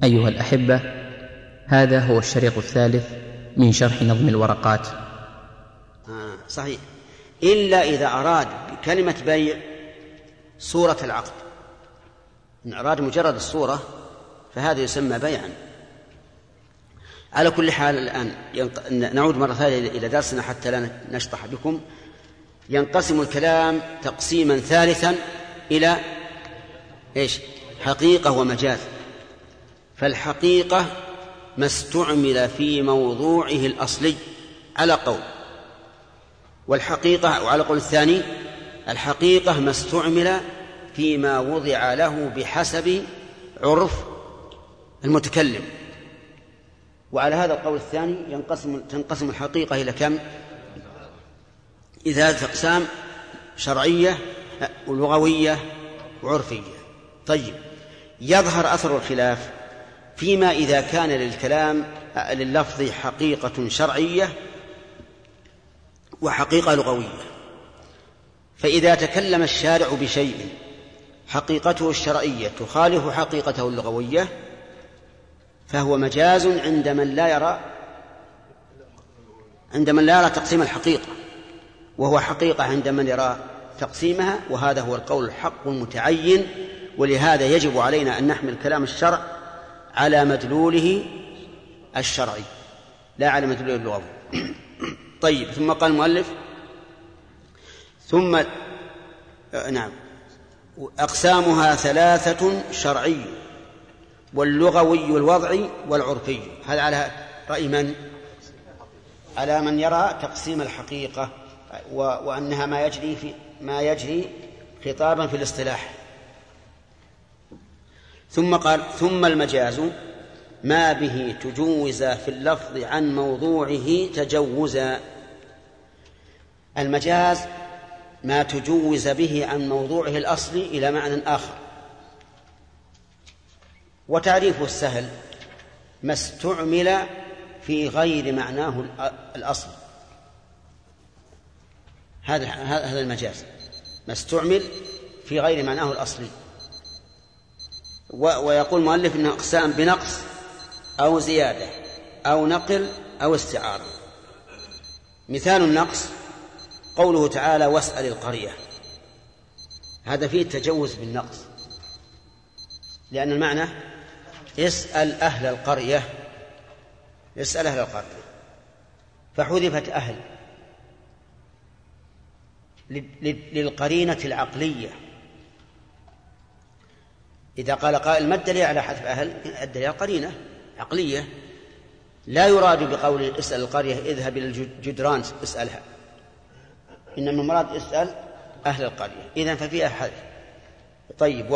أيها الأحبة، هذا هو الشريط الثالث من شرح نظم الورقات. صحيح، إلا إذا أراد بكلمة بيع صورة العقد. إن أراد مجرد الصورة فهذا يسمى بيعا. على كل حال الآن نعود مرة ثانية إلى درسنا حتى لا نشطح بكم. ينقسم الكلام تقسيما ثالثا إلى حقيقة ومجاز. فالحقيقة ما استعمل في موضوعه الأصلي على قول، والحقيقة وعلى قول الثاني الحقيقة ما استعمل فيما وضع له بحسب عرف المتكلم. وعلى هذا القول الثاني تنقسم الحقيقة إلى كم؟ إذا أقسام: شرعية ولغوية وعرفية. طيب، يظهر أثر الخلاف فيما إذا كان للكلام لللفظ حقيقة شرعية وحقيقة لغوية. فإذا تكلم الشارع بشيء حقيقته الشرعية تخالف حقيقته اللغوية فهو مجاز عند من لا يرى تقسيم الحقيقة، وهو حقيقة عند من يرى تقسيمها، وهذا هو القول الحق المتعين. ولهذا يجب علينا أن نحمل كلام الشرع على مدلوله الشرعي لا على مدلوله اللغوي. طيب، ثم قال المؤلف أقسامها ثلاثة: شرعي واللغوي والوضعي والعرفي. هذا على رأي من؟ على من يرى تقسيم الحقيقة وأنها ما يجري خطابا في الاصطلاح. ثم قال: ثم المجاز ما به تجوز في اللفظ عن موضوعه تجوزا. المجاز ما تجوز به عن موضوعه الأصلي إلى معنى آخر. وتعريفه السهل: ما استعمل في غير معناه الأصلي. هذا المجاز، ما استعمل في غير معناه الأصلي. ويقول المؤلف إنه أقسام: بنقص أو زيادة أو نقل أو استعارة. مثال النقص قوله تعالى: واسأل القرية. هذا فيه التجوز بالنقص، لأن المعنى اسأل أهل القرية، اسأل أهل القرية، فحذفت أهل للقرينة العقلية. إذا قال قائل: ما الدليل على حذف أهل؟ الدليل قرينة عقلية، لا يراد بقول اسأل القرية اذهب إلى الجدران اسألها، إنما المراد اسأل أهل القرية. إذن ففيها حذف. طيب،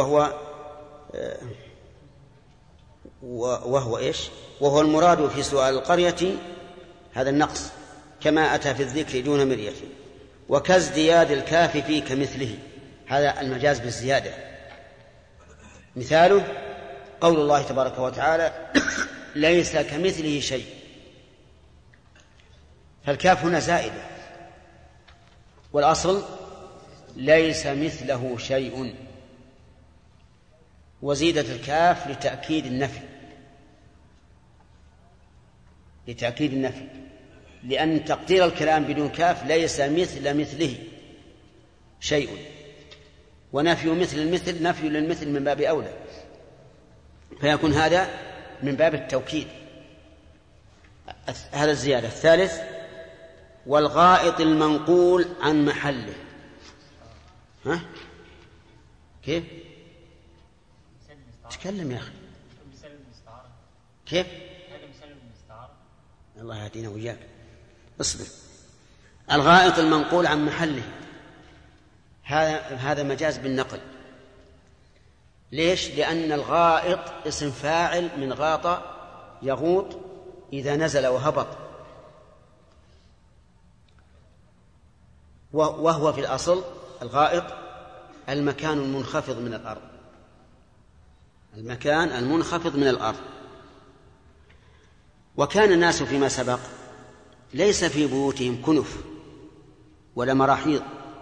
وهو المراد في سؤال القرية هذا النقص، كما أتى في الذكر دون مرية. وكازدياد الكاف في كمثله، هذا المجاز بالزيادة. مثاله قول الله تبارك وتعالى: ليس كمثله شيء. فالكاف هنا زائدة، والأصل ليس مثله شيء، وزيدت الكاف لتأكيد النفي، لأن تقدير الكلام بدون كاف ليس مثله شيء، ونفي مثل المثل نفي للمثل من باب أولى، فيكون هذا من باب التوكيد. هذا الزيادة. الثالث: والغائط المنقول عن محله. كيف؟ تكلم يا أخي. كيف؟ الله يهدينا وإياك. اصبر. الغائط المنقول عن محله هذا مجاز بالنقل. ليش؟ لأن الغائط اسم فاعل من غاط يغوط إذا نزل وهبط، وهو في الأصل الغائط المكان المنخفض من الأرض، المكان المنخفض من الأرض. وكان الناس فيما سبق ليس في بيوتهم كنف ولا مراحيض،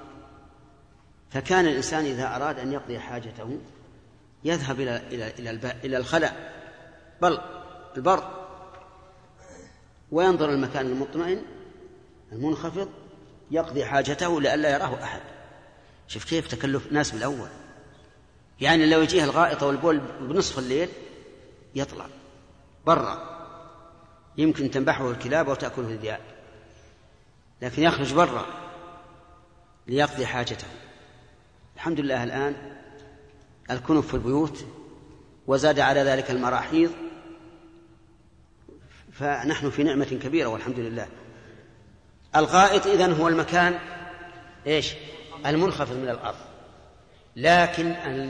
فكان الإنسان إذا أراد أن يقضي حاجته يذهب إلى الخلاء البر، وينظر المكان المطمئن المنخفض يقضي حاجته لئلا يراه أحد. شوف كيف تكلف ناس بالأول. يعني لو يجيه الغائط والبول بنصف الليل يطلع برا، يمكن تنبحه الكلاب وتأكله الذئاب، لكن يخرج برا ليقضي حاجته. الحمد لله الآن الكنف في البيوت، وزاد على ذلك المراحيض، فنحن في نعمة كبيرة والحمد لله. الغائط إذن هو المكان المنخفض من الأرض، لكن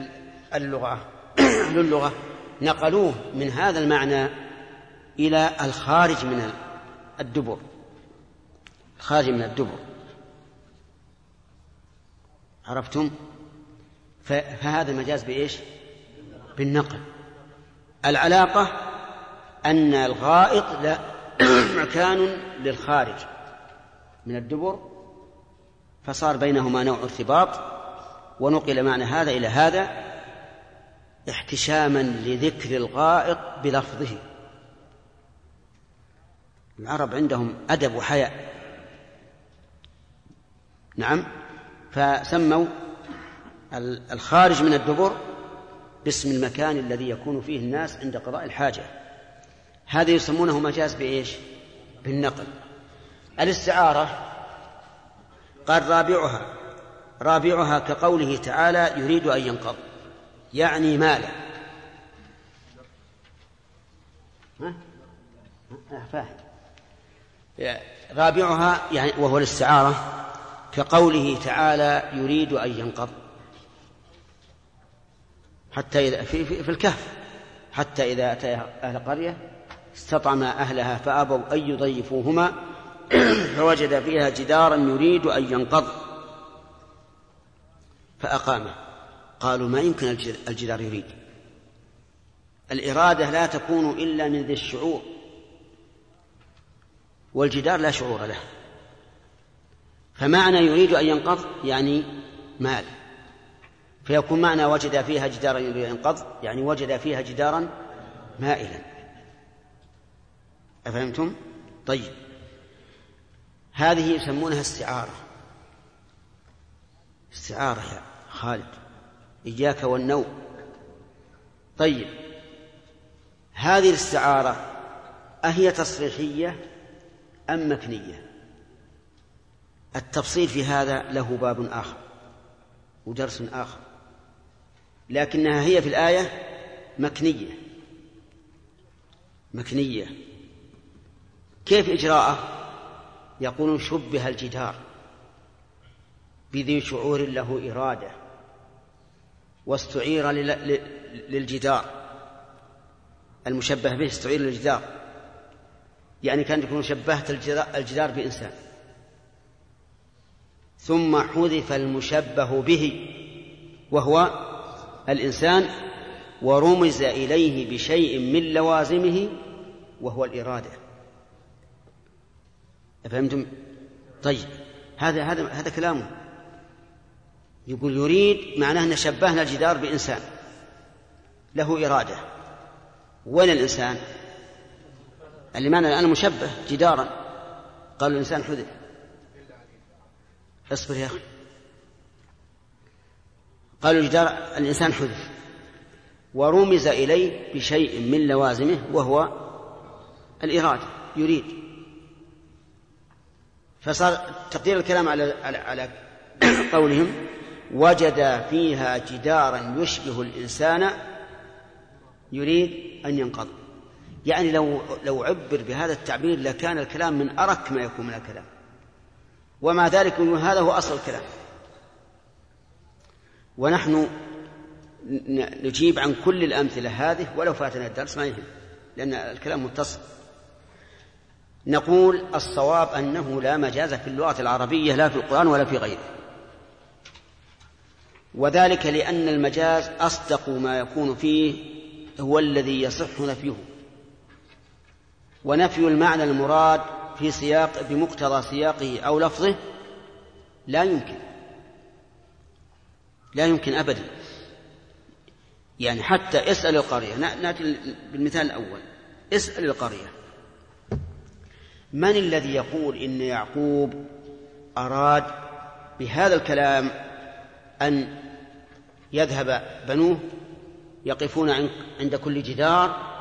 اللغة نقلوه من هذا المعنى إلى الخارج من الدبر، الخارج من الدبر. عرفتم؟ فهذا مجاز بالنقل. العلاقة أن الغائط لا مكان للخارج من الدبر، فصار بينهما نوع ارتباط، ونقل معنى هذا إلى هذا احتشاما لذكر الغائط بلفظه. العرب عندهم أدب وحياء، نعم، فسموا الخارج من الدبر باسم المكان الذي يكون فيه الناس عند قضاء الحاجة. هذا يسمونه مجاز بالنقل. الاستعارة قال رابعها كقوله تعالى يريد أن ينقض، يعني مالا. فاهم؟ رابعها يعني وهو الاستعارة كقوله تعالى يريد أن ينقض، حتى إذا في الكهف، حتى إذا أتى أهل قرية استطعم أهلها فأبوا أن يضيفوهما فوجد فيها جدارا يريد أن ينقض فأقامه. قالوا ما يمكن الجدار يريد، الإرادة لا تكون إلا من ذي الشعور، والجدار لا شعور له. فمعنى يريد أن ينقض يعني مال، فيكون معنى وجد فيها جدارا يريد أن ينقض يعني وجد فيها جدارا مائلا. أفهمتم؟ طيب، هذه يسمونها استعارة يا خالد، إياك والنوم. طيب، هذه الاستعارة أهي تصريحية أم مكنية؟ التفصيل في هذا له باب آخر ودرس آخر، لكنها هي في الآية مكنية. كيف إجراءه؟ يقولون شبه الجدار بذي شعور له إرادة، واستعير للجدار المشبه به، استعير للجدار، يعني كان يكون شبهت الجدار بإنسان، ثم حذف المشبه به وهو الإنسان، ورمز إليه بشيء من لوازمه وهو الإرادة. أفهمتم؟ طيب، هذا كلامه. يقول يريد معناه أن شبهنا الجدار بإنسان له إرادة. وين الإنسان؟ اللي معنى أنا مشبه جدارا، قالوا الإنسان حذف. اصبر يا أخي، قالوا الجدار الإنسان حذف، ورمز إليه بشيء من لوازمه وهو الإرادة، يريد. فصار تقدير الكلام على قولهم وجد فيها جدارا يشبه الإنسان يريد أن ينقض. يعني لو عبر بهذا التعبير لكان الكلام من أرك ما يكون من الكلام، ومع ذلك هذا هو أصل الكلام. ونحن نجيب عن كل الأمثلة هذه ولو فاتنا الدرس ما يهم، لأن الكلام متصل. نقول الصواب أنه لا مجاز في اللغة العربية لا في القرآن ولا في غيره، وذلك لأن المجاز أصدق ما يكون فيه هو الذي يصح نفيه، ونفي المعنى المراد في سياق بمقتضى سياقه أو لفظه لا يمكن أبدا. يعني حتى اسأل القرية. نأتي بالمثال الأول. اسأل القرية. من الذي يقول إن يعقوب أراد بهذا الكلام أن يذهب بنوه يقفون عند كل جدار؟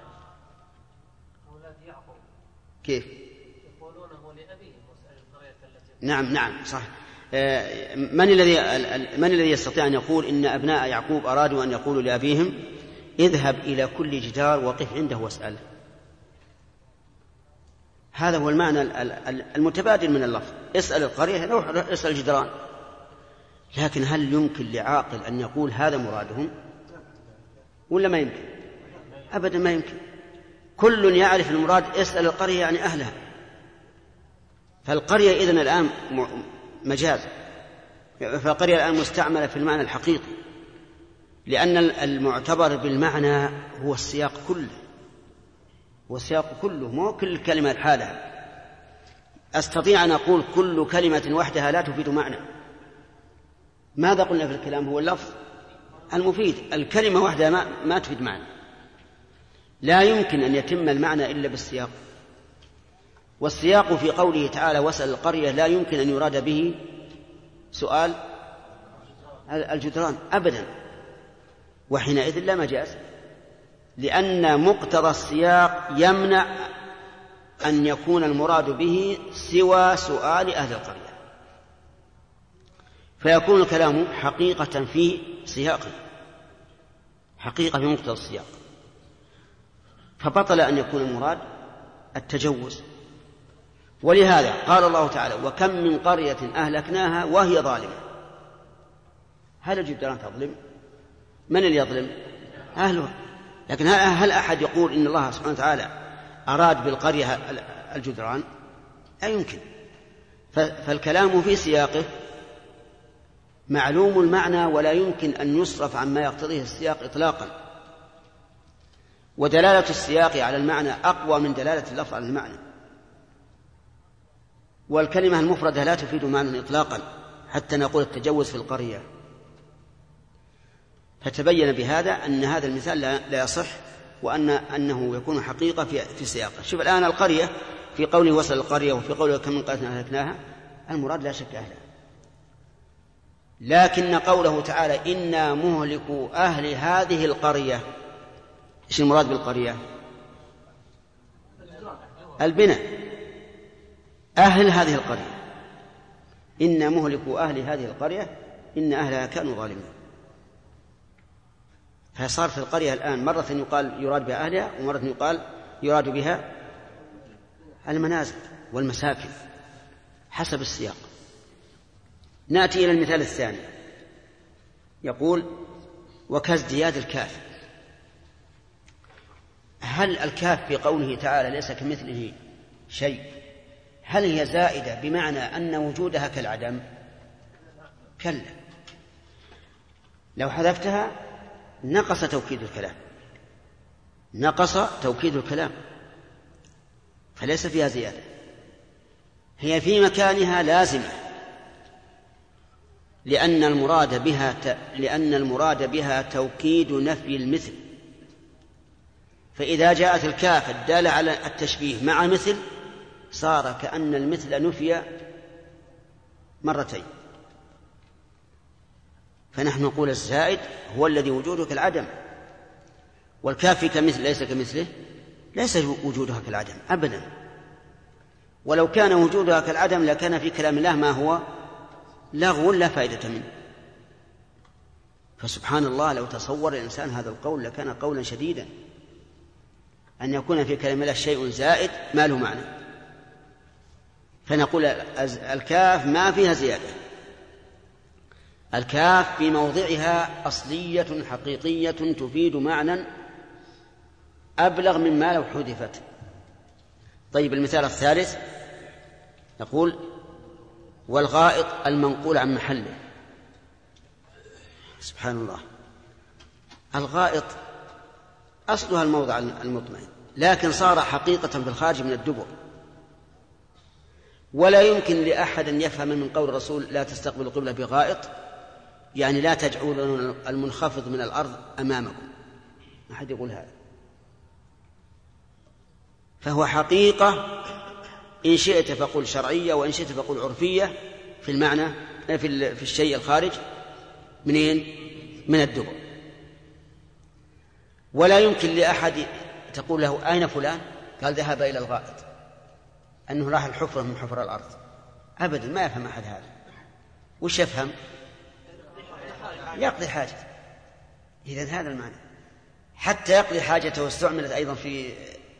كيف؟ يقولونه لأبيهم واسأل القرية التي. نعم صح. من الذي يستطيع أن يقول إن أبناء يعقوب أرادوا أن يقولوا لأبيهم اذهب إلى كل جدار وقف عنده واسأله؟ هذا هو المعنى المتبادل من اللفظ. اسأل القرية، روح اسأل الجدران. لكن هل يمكن لعاقل أن يقول هذا مرادهم ولا ما يمكن؟ أبدا ما يمكن. كل يعرف المراد اسأل القرية يعني أهلها. فالقرية إذن الآن مجاز، فالقرية الآن مستعملة في المعنى الحقيقي، لأن المعتبر بالمعنى هو السياق كله، والسياق كله مو كل كلمة لحالها. أستطيع أن أقول كل كلمة وحدها لا تفيد معنى. ماذا قلنا في الكلام؟ هو اللفظ المفيد. الكلمة وحدها ما تفيد معنى. لا يمكن أن يتم المعنى إلا بالسياق. والسياق في قوله تعالى واسأل القرية لا يمكن أن يراد به سؤال الجدران أبدا، وحينئذ لا مجاز، لأن مقتضى السياق يمنع أن يكون المراد به سوى سؤال أهل القرية، فيكون الكلام حقيقة في سياقه، حقيقة في مقتضى السياق، فبطل أن يكون المراد التجوز. ولهذا قال الله تعالى وكم من قرية أهلكناها وهي ظالمة. هل الجدران تظلم؟ من اللي يظلم؟ أهلها. لكن هل أحد يقول إن الله سبحانه وتعالى أراد بالقرية الجدران؟ لا يمكن. فالكلام في سياقه معلوم المعنى ولا يمكن أن يصرف عما يقتضيه السياق إطلاقا. ودلالة السياق على المعنى أقوى من دلالة اللفظ على المعنى. والكلمة المفردة لا تفيد معنى إطلاقا حتى نقول التجوز في القرية. فتبين بهذا أن هذا المثال لا يصح، وأنه يكون حقيقة في سياقه. شوف الآن القرية في قوله وصل القرية وفي قوله كم من قرية أهلكناها، المراد لا شك أهلها. لكن قوله تعالى إنا مهلكوا أهل هذه القرية، إيش المراد بالقرية؟ البناء. أهل هذه القرية، إنا مهلكوا أهل هذه القرية إن أهلها كانوا ظالمين. فصار في القرية الآن مرة يقال يراد بها أهلها، ومرة يقال يراد بها المنازل والمساكن حسب السياق. نأتي إلى المثال الثاني. يقول وكازدياد الكاف. هل الكاف في قوله تعالى ليس كمثله شيء هل هي زائدة بمعنى أن وجودها كالعدم؟ كلا، لو حذفتها نقص توكيد الكلام، نقص توكيد الكلام، فليس فيها زيادة. هي في مكانها لازمة، لأن المراد بها توكيد نفي المثل. فإذا جاءت الكاف الدالة على التشبيه مع مثل صار كأن المثل نفي مرتين. فنحن نقول الزائد هو الذي وجوده كالعدم، والكاف كمثل ليس كمثله، ليس وجودها كالعدم أبدا. ولو كان وجودها كالعدم لكان في كلام الله ما هو لغو لا فائدة منه. فسبحان الله لو تصور الإنسان هذا القول لكان قولا شديدا، أن يكون في كلام الله شيء زائد ما له معنى. فنقول الكاف ما فيها زيادة، الكاف في موضعها أصلية حقيقية تفيد معنى أبلغ مما لو حذفت. طيب المثال الثالث نقول والغائط المنقول عن محله. سبحان الله، الغائط أصلها الموضع المطمئن، لكن صار حقيقة في الخارج من الدبر. ولا يمكن لأحد أن يفهم من قول الرسول لا تستقبل القبلة بغائط يعني لا تجعلون المنخفض من الأرض أمامكم، ما حد يقول هذا. فهو حقيقة إن شئت فقل شرعية وإن شئت فقل عرفية في المعنى في الشيء الخارج من الدبر. ولا يمكن لأحد تقول له أين فلان؟ قال ذهب إلى الغائط، أنه راح الحفرة من حفر الأرض، أبدا ما يفهم أحد هذا. وش يفهم؟ يقضي حاجته. إذن هذا المعنى. حتى يقضي حاجته واستعملت أيضا في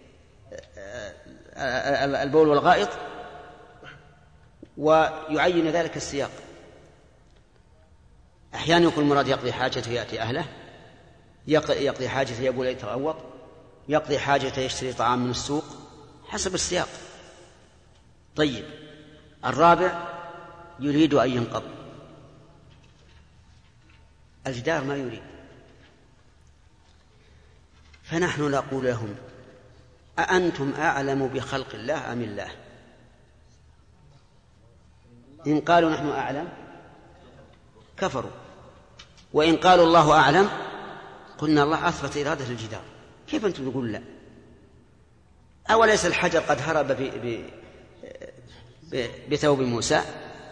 البول والغائط، ويعين ذلك السياق. أحيانا يكون المراد يقضي حاجته يأتي أهله، يقضي حاجته يقول يتغوط، يقضي حاجته يشتري طعام من السوق، حسب السياق. طيب، الرابع يريد أن ينقض. الجدار ما يريد، فنحن نقول لهم أأنتم أعلم بخلق الله أم الله؟ إن قالوا نحن أعلم كفروا، وإن قالوا الله أعلم قلنا الله أثبت إرادة الجدار. كيف أنتم تقول لا؟ أوليس الحجر قد هرب بثوب موسى؟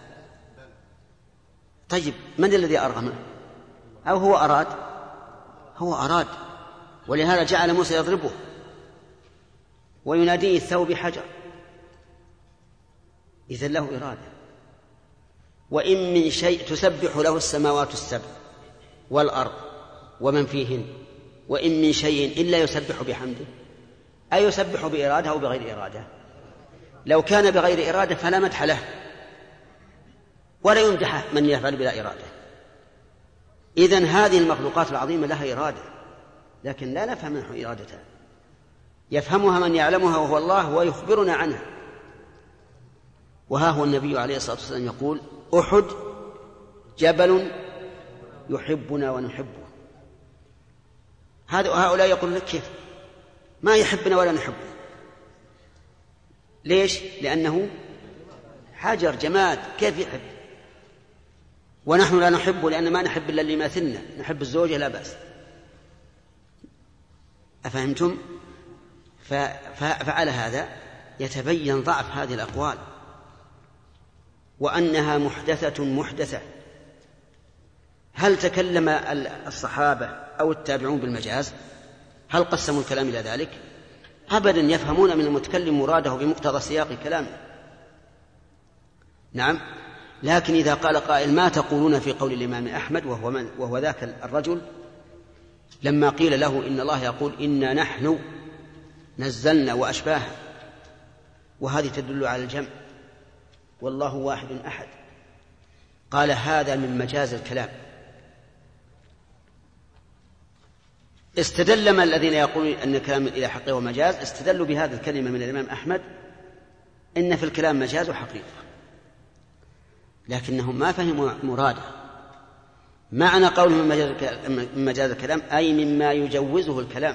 طيب، من الذي أرغمه؟ أو هو أراد؟ هو أراد، ولهذا جعل موسى يضربه ويناديه الثوب حجر. إذن له إرادة. وإن من شيء تسبح له السماوات السبع والأرض ومن فيهن وإن من شيء إلا يسبح بحمده. أي يسبح بإرادة أو بغير إرادة؟ لو كان بغير إرادة فلا مدح له ولا يمدح من يفعل بلا إرادة. إذن هذه المخلوقات العظيمة لها إرادة، لكن لا نفهم نحن إرادتها، يفهمها من يعلمها وهو الله ويخبرنا عنها. وها هو النبي عليه الصلاة والسلام يقول أحد جبل يحبنا ونحبه. هؤلاء يقول لك كيف ما يحبنا ولا نحبه؟ ليش؟ لأنه حجر جماد، كيف يحب؟ ونحن لا نحبه لأن ما نحب إلا اللي يماثلنا، نحب الزوجة لا بأس. أفهمتم؟ فعلى هذا يتبين ضعف هذه الأقوال وأنها محدثة. هل تكلم الصحابة أو التابعون بالمجاز؟ هل قسموا الكلام إلى ذلك؟ أبدا، يفهمون من المتكلم مراده بمقتضى سياق كلامه. نعم، لكن إذا قال قائل ما تقولون في قول الإمام أحمد وهو ذاك الرجل لما قيل له إن الله يقول إنا نحن نزلنا وأشباها، وهذه تدل على الجمع والله واحد أحد، قال هذا من مجاز الكلام. استدل من الذين يقولون أن الكلام إلى حقيقة ومجاز، استدلوا بهذه الكلمة من الإمام أحمد إن في الكلام مجاز وحقيقة، لكنهم ما فهموا مراده. معنى قولهم من مجاز الكلام أي مما يجوزه الكلام،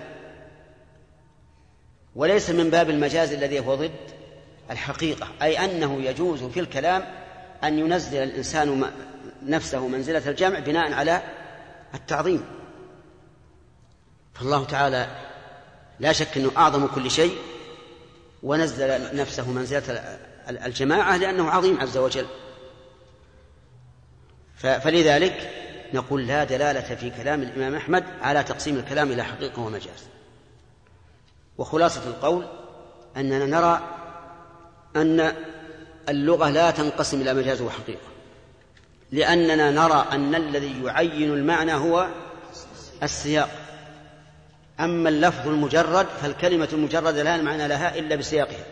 وليس من باب المجاز الذي هو ضد الحقيقة، أي أنه يجوز في الكلام أن ينزل الإنسان نفسه منزلة الجمع بناء على التعظيم. فالله تعالى لا شك أنه أعظم كل شيء، ونزل نفسه منزلة الجماعة لأنه عظيم عز وجل. فلذلك نقول لا دلالة في كلام الإمام أحمد على تقسيم الكلام إلى حقيقة ومجاز. وخلاصة القول أننا نرى أن اللغة لا تنقسم إلى مجاز وحقيقة، لأننا نرى أن الذي يعين المعنى هو السياق. أما اللفظ المجرد فالكلمة المجردة لا معنى لها إلا بسياقها،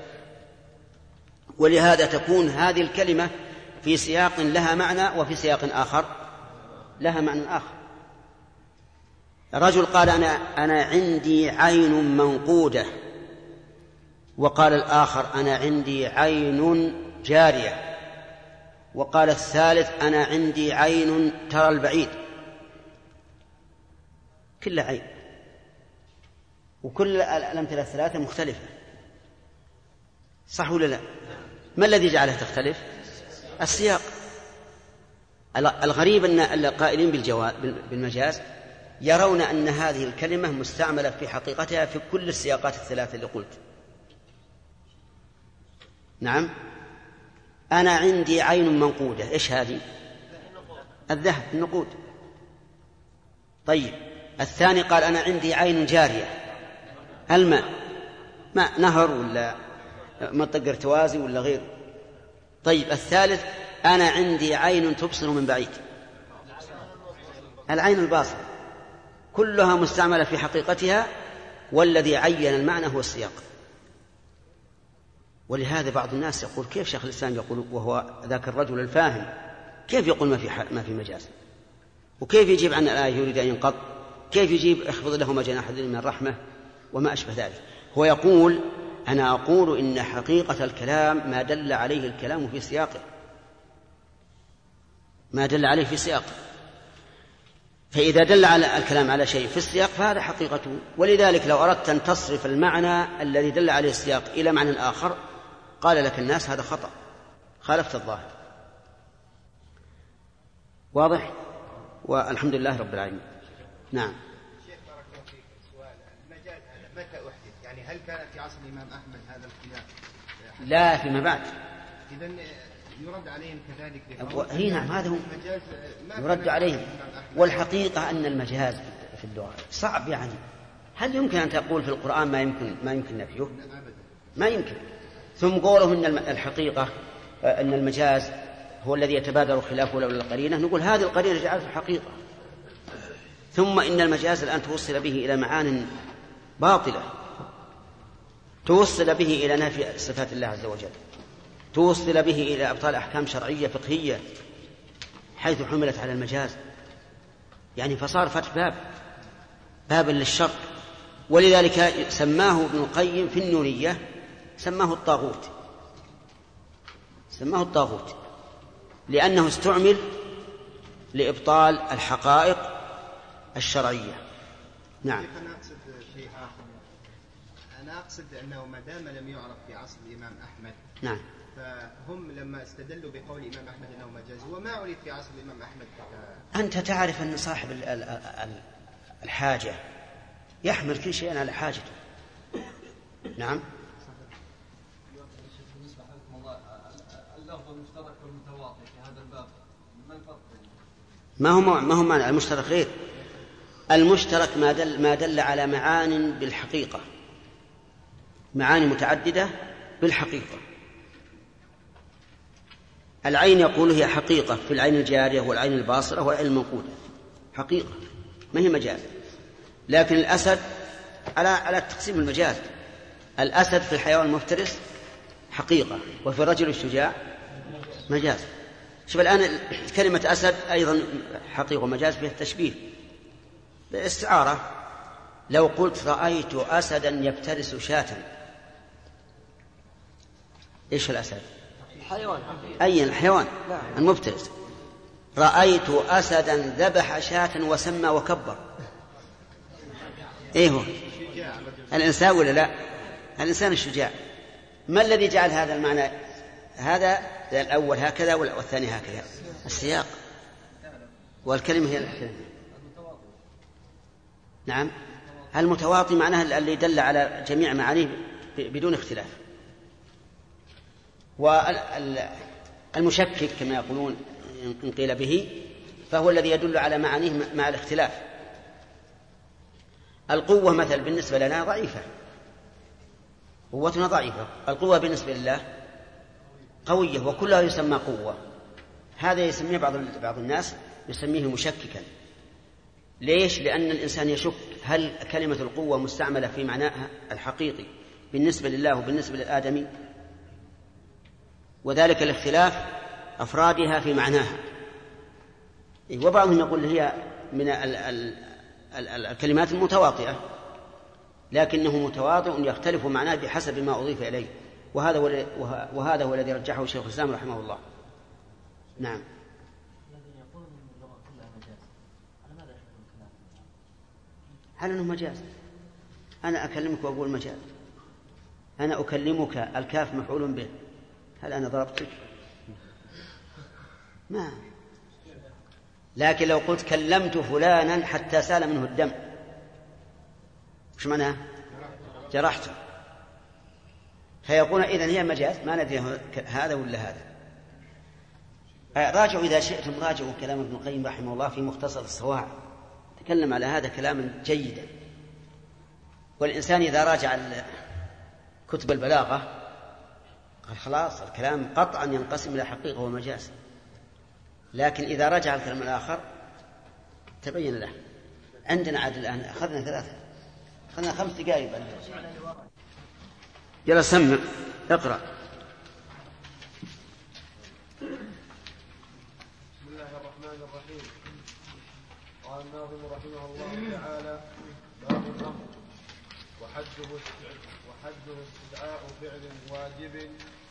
ولهذا تكون هذه الكلمة في سياق لها معنى وفي سياق آخر لها معنى آخر. رجل قال أنا عندي عين منقودة، وقال الآخر أنا عندي عين جارية، وقال الثالث أنا عندي عين ترى البعيد. كل عين، وكل الأمثلة الثلاثة مختلفة، صح ولا لا؟ ما الذي جعلها تختلف؟ السياق. الغريب أن القائلين بالمجاز يرون أن هذه الكلمة مستعملة في حقيقتها في كل السياقات الثلاثة اللي قلت. نعم، أنا عندي عين منقودة، إيش هذه؟ الذهب، النقود. طيب الثاني قال أنا عندي عين جارية، الماء، ماء نهر ولا منطقة ارتوازي ولا غير. طيب الثالث أنا عندي عين تبصر من بعيد، العين الباصرة، كلها مستعملة في حقيقتها، والذي عين المعنى هو السياق. ولهذا بعض الناس يقول كيف شيخ الإسلام يقول وهو ذاك الرجل الفاهم كيف يقول ما في مجاز، وكيف يجيب عن الآية يريد أن ينقض، كيف يجيب اخفض لهما جناح الذل من الرحمة وما أشبه ذلك. هو يقول أنا أقول إن حقيقة الكلام ما دل عليه الكلام في سياقه، ما دل عليه في سياقه، فإذا دل على الكلام على شيء في السياق فهذا حقيقته. ولذلك لو أردت أن تصرف المعنى الذي دل عليه السياق إلى معنى آخر قال لك الناس هذا خطأ، خالفت الظاهر. واضح؟ والحمد لله رب العالمين. نعم. شيخ بارك الله فيك، سؤال المجاز متى أحدث؟ يعني هل كان في عصر الإمام أحمد هذا الخلاف؟ لا، فيما بعد. إذن يرد عليهم كذلك. هي نعم، هذا هو يرد عليهم. والحقيقة أن المجاز في اللغة صعب، يعني هل يمكن أن تقول في القرآن ما يمكن نفيه؟ ما يمكن. ثم قوله إن الحقيقة أن المجاز هو الذي يتبادر خلافه لولا القرينة، نقول هذه القرينة جعلت الحقيقة. ثم إن المجاز الآن توصل به إلى معان باطلة، توصل به إلى نفي صفات الله عز وجل، توصل به إلى أبطال أحكام شرعية فقهية حيث حملت على المجاز، يعني فصار فتح بابا للشر. ولذلك سماه ابن القيم في النونية سماه الطاغوت، لأنه استعمل لإبطال الحقائق الشرعية. نعم. أنا أقصد شيء آخر، أنا أقصد أنه ما دام لم يعرف في عصر الإمام أحمد، نعم، فهم لما استدلوا بقول الإمام أحمد أنه مجاز وما عرف في عصر الإمام أحمد. أنت تعرف أن صاحب الحاجة يحمل كل شيء على حاجته. نعم. اللفظ المشترك والمتواطئ في هذا الباب ما الفرق؟ ما هو معنى المشترك غير المشترك ما دل على معان بالحقيقة، معاني متعددة بالحقيقة. العين يقول هي حقيقة في العين الجارية والعين الباصرة والعين المنقودة، حقيقة ما هي مجاز. لكن الأسد على تقسيم المجاز، الأسد في الحيوان المفترس حقيقة، وفي الرجل الشجاع مجاز. شوف الآن كلمة أسد أيضا حقيقة ومجاز فيها التشبيه باستعارة. لو قلت رأيت أسدا يفترس شاة، إيش الأسد؟ حيوان. أي الحيوان المفترس. رأيت أسدا ذبح شاة وسمى وكبر، إيه هو؟ الإنسان ولا لا؟ الإنسان الشجاع. ما الذي جعل هذا المعنى هذا الأول هكذا والثاني هكذا؟ السياق، والكلمة هي الكلمة. نعم، المتواطي معناه اللي دل على جميع معانيه بدون اختلاف. والمشكك كما يقولون إن قيل به فهو الذي يدل على معانيه مع الاختلاف. القوة مثل بالنسبة لنا ضعيفة، قوتنا ضعيفة، القوة بالنسبة لله قوية، وكلها يسمى قوة. هذا يسميه بعض الناس يسميه مشككا. ليش؟ لأن الإنسان يشك هل كلمة القوة مستعملة في معناها الحقيقي بالنسبة لله وبالنسبة للآدمي، وذلك الاختلاف أفرادها في معناها. وبعضهم يقول هي من الكلمات المتواطئة، لكنه متواضع يختلف معناه بحسب ما أضيف إليه، وهذا هو الذي رجحه شيخ الإسلام رحمه الله. نعم. هل أنه مجاز؟ أنا أكلمك وأقول مجاز، أنا أكلمك الكاف مفعول به، هل أنا ضربتك؟ ما لكن لو قلت كلمت فلانا حتى سال منه الدم، وش معناه؟ جرحته. فيقول إذن هي مجاز، ما ندري هذا ولا هذا. راجعوا إذا شئتم راجعوا كلام ابن القيم رحمه الله في مختصر الصواعق، تكلم على هذا كلاما جيدا. والإنسان إذا راجع كتب البلاغة قال خلاص الكلام قطعا ينقسم إلى حقيقة ومجاز، لكن إذا رجع الكلام الآخر تبين له. عندنا عاد الآن أخذنا 3 أخذنا 5 دقائق. يلا سمع اقرأ. بسم الله الرحمن الرحيم. قال الناظم رحمه الله تعالى: باب الأمر وحده استدعاء فعل واجب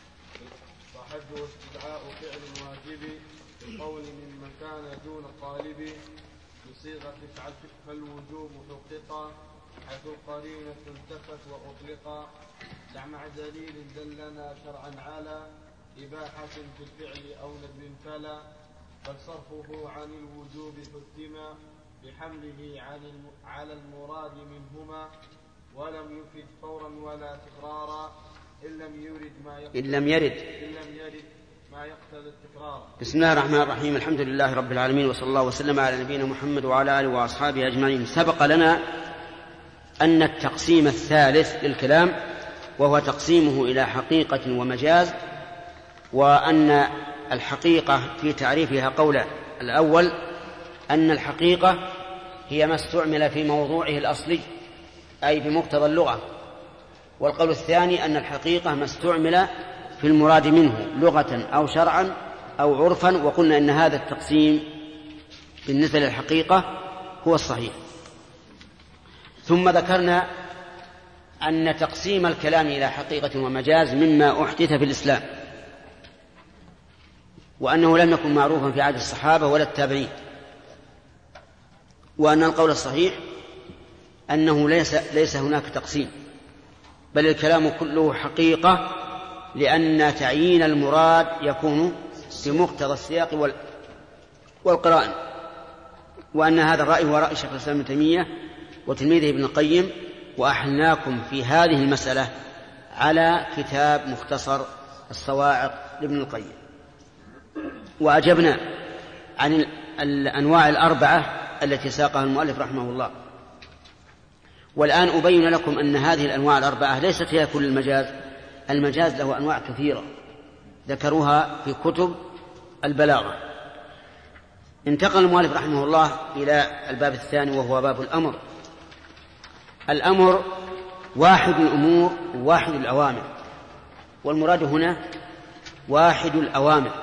بالقول ممن كان دون الطالب بصيغة افعل فالوجوب حققا حيث القرينة انتفت وأطلقا دع مع دليل دلنا شرعا على إباحة في الفعل أو ندب فلا بل صرفه عن الوجوب حتما بحمله على المراد منهما ولم يفد فورا ولا تكرارا إن لم يرد ما يقتضي التكرار. بسم الله الرحمن الرحيم. الحمد لله رب العالمين، وصلى الله وسلم على نبينا محمد وعلى آله وأصحابه أجمعين. سبق لنا أن التقسيم الثالث للكلام وهو تقسيمه إلى حقيقة ومجاز، وأن الحقيقة في تعريفها قول الأول أن الحقيقة هي ما استعمل في موضوعه الأصلي أي بمقتضى اللغة، والقول الثاني أن الحقيقة ما استعمل في المراد منه لغة أو شرعا أو عرفا، وقلنا أن هذا التقسيم بالنسبة للحقيقة هو الصحيح. ثم ذكرنا أن تقسيم الكلام إلى حقيقة ومجاز مما أحدث في الإسلام، وأنه لم يكن معروفا في عهد الصحابة ولا التابعين، وأن القول الصحيح أنه ليس هناك تقسيم، بل الكلام كله حقيقة، لأن تعيين المراد يكون بمقتضى السياق والقرائن، وأن هذا الرأي هو رأي شيخ الإسلام ابن تيمية وتلميذه ابن القيم، وأحلناكم في هذه المسألة على كتاب مختصر الصواعق لابن القيم، وأجبنا عن الأنواع الأربعة التي ساقها المؤلف رحمه الله. والآن أبين لكم أن هذه الأنواع الأربعة ليست هي كل المجاز له أنواع كثيرة ذكروها في كتب البلاغة. انتقل المؤلف رحمه الله إلى الباب الثاني وهو باب الأمر. الأمر واحد الأمور واحد الأوامر، والمراد هنا واحد الأوامر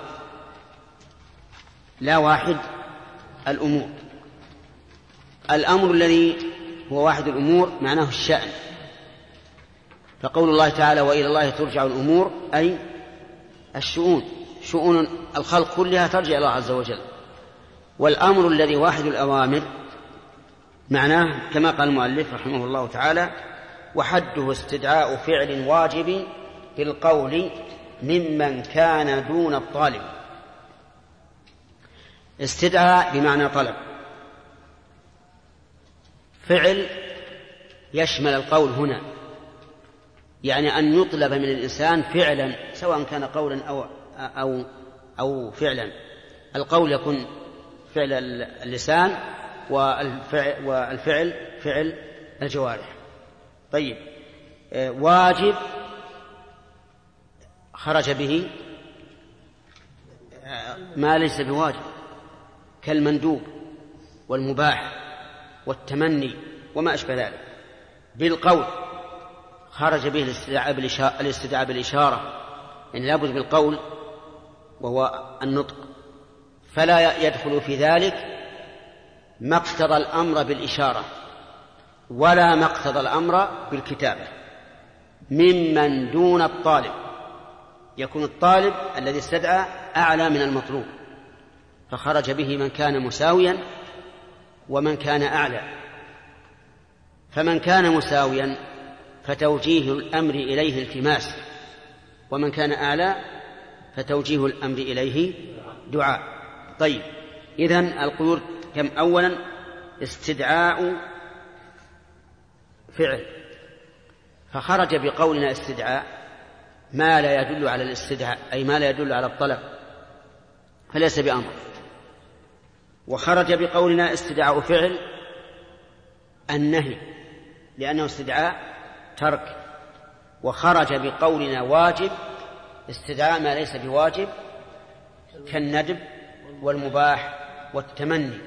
لا واحد الأمور. الأمر الذي هو واحد الأمور معناه الشأن، فقول الله تعالى وإلى الله ترجع الأمور أي الشؤون، شؤون الخلق كلها ترجع إلى الله عز وجل. والأمر الذي واحد الأوامر معناه كما قال المؤلف رحمه الله تعالى وحده استدعاء فعل واجب بالقول ممن كان دون الطالب. استدعاء بمعنى طلب، فعل يشمل القول هنا، يعني أن يطلب من الإنسان فعلا سواء كان قولا أو فعلا. القول يكون فعل اللسان، والفعل فعل الجوارح. طيب، واجب خرج به ما ليس بواجب كالمندوب والمباح والتمني وما أشبه ذلك. بالقول خرج به الاستدعاء بالإشارة، يعني لابد بالقول وهو النطق، فلا يدخل في ذلك ما اقتضى الأمر بالإشارة ولا ما اقتضى الأمر بالكتابة. ممن دون الطالب، يكون الطالب الذي استدعى أعلى من المطلوب، فخرج به من كان مساويا ومن كان أعلى. فمن كان مساويا فتوجيه الأمر إليه التماس، ومن كان أعلى فتوجيه الأمر إليه دعاء. طيب، إذن القيود كم؟ أولا استدعاء فعل، فخرج بقولنا استدعاء ما لا يدل على الاستدعاء، أي ما لا يدل على الطلب، فليس بأمر. وخرج بقولنا استدعاء فعل النهي لأنه استدعاء ترك. وخرج بقولنا واجب استدعاء ما ليس بواجب كالندب والمباح والتمني.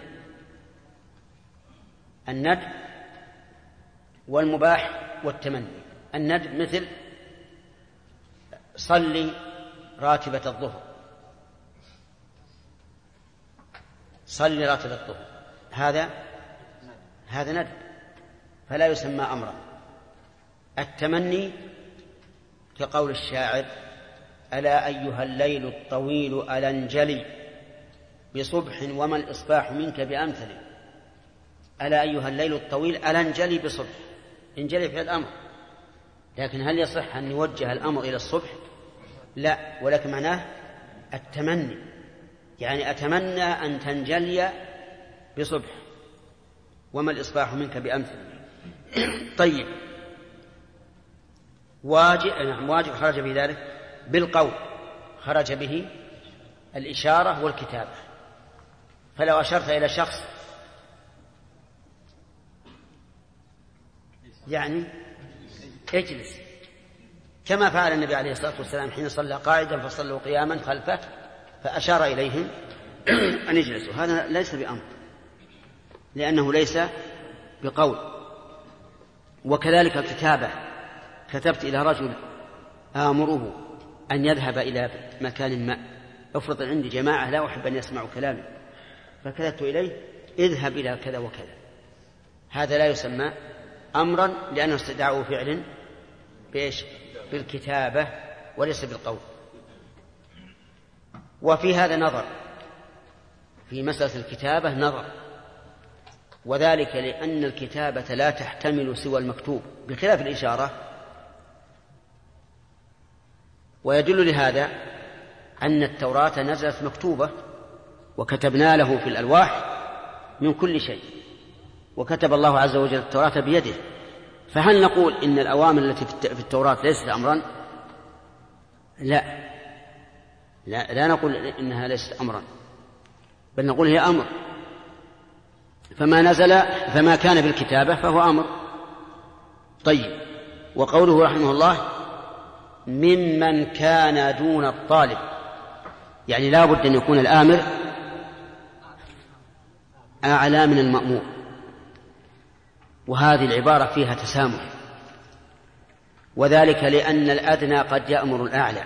الندب والمباح والتمني. الندب مثل صلي راتبة الظهر، صلي راتبة الظهر، هذا ندب فلا يسمى أمرا. التمني كقول الشاعر: ألا أيها الليل الطويل ألا انجلي بصبح وما الإصباح منك بأمثل. ألا أيها الليل الطويل ألا انجلي بصبح، انجلي في الأمر، لكن هل يصح أن يوجه الأمر إلى الصبح؟ لا، ولكن معناه التمني، يعني أتمنى أن تنجلي بصبح وما الإصباح منك بأمثل. طيب، واجب خرج به ذلك بالقول، خرج به الإشارة والكتابة. فلو أشرت إلى شخص يعني اجلس، كما فعل النبي عليه الصلاة والسلام حين صلى قاعدا فصلوا قياما خلفه فأشار إليهم أن يجلسوا، هذا ليس بأمر لأنه ليس بقول. وكذلك الكتابة، كتبت إلى رجل آمره أن يذهب إلى مكان ما، افرض عندي جماعة لا أحب أن يسمعوا كلامي فكتبت إليه اذهب إلى كذا وكذا، هذا لا يسمى أمرا لأنه استدعاء فعل بإيش؟ بالكتابة وليس بالقول. وفي هذا نظر، في مسألة الكتابة نظر، وذلك لأن الكتابة لا تحتمل سوى المكتوب بخلاف الإشارة. ويدل لهذا أن التوراة نزلت مكتوبة وكتبنا له في الألواح من كل شيء، وكتب الله عز وجل التوراة بيده. فهل نقول إن الأوامر التي في التوراة ليست أمرا؟ لا نقول إنها ليست أمرا، بل نقول هي أمر. فما كان بالكتابة فهو أمر. طيب، وقوله رحمه الله ممن كان دون الطالب، يعني لا بد أن يكون الآمر أعلى من المأمور، وهذه العبارة فيها تسامح، وذلك لأن الأدنى قد يأمر الأعلى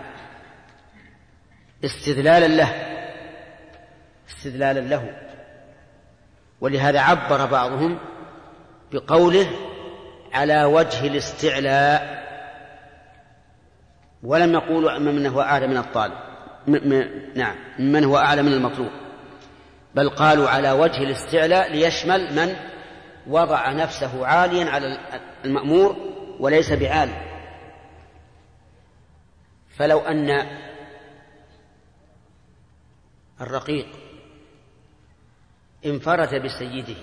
استذلالا له. ولهذا عبر بعضهم بقوله على وجه الاستعلاء، ولم يقولوا من هو أعلى من الطالب، نعم، من هو أعلى من المطلوب، بل قالوا على وجه الاستعلاء ليشمل من وضع نفسه عاليا على المأمور وليس بعالي. فلو أن الرقيق انفرد بسيده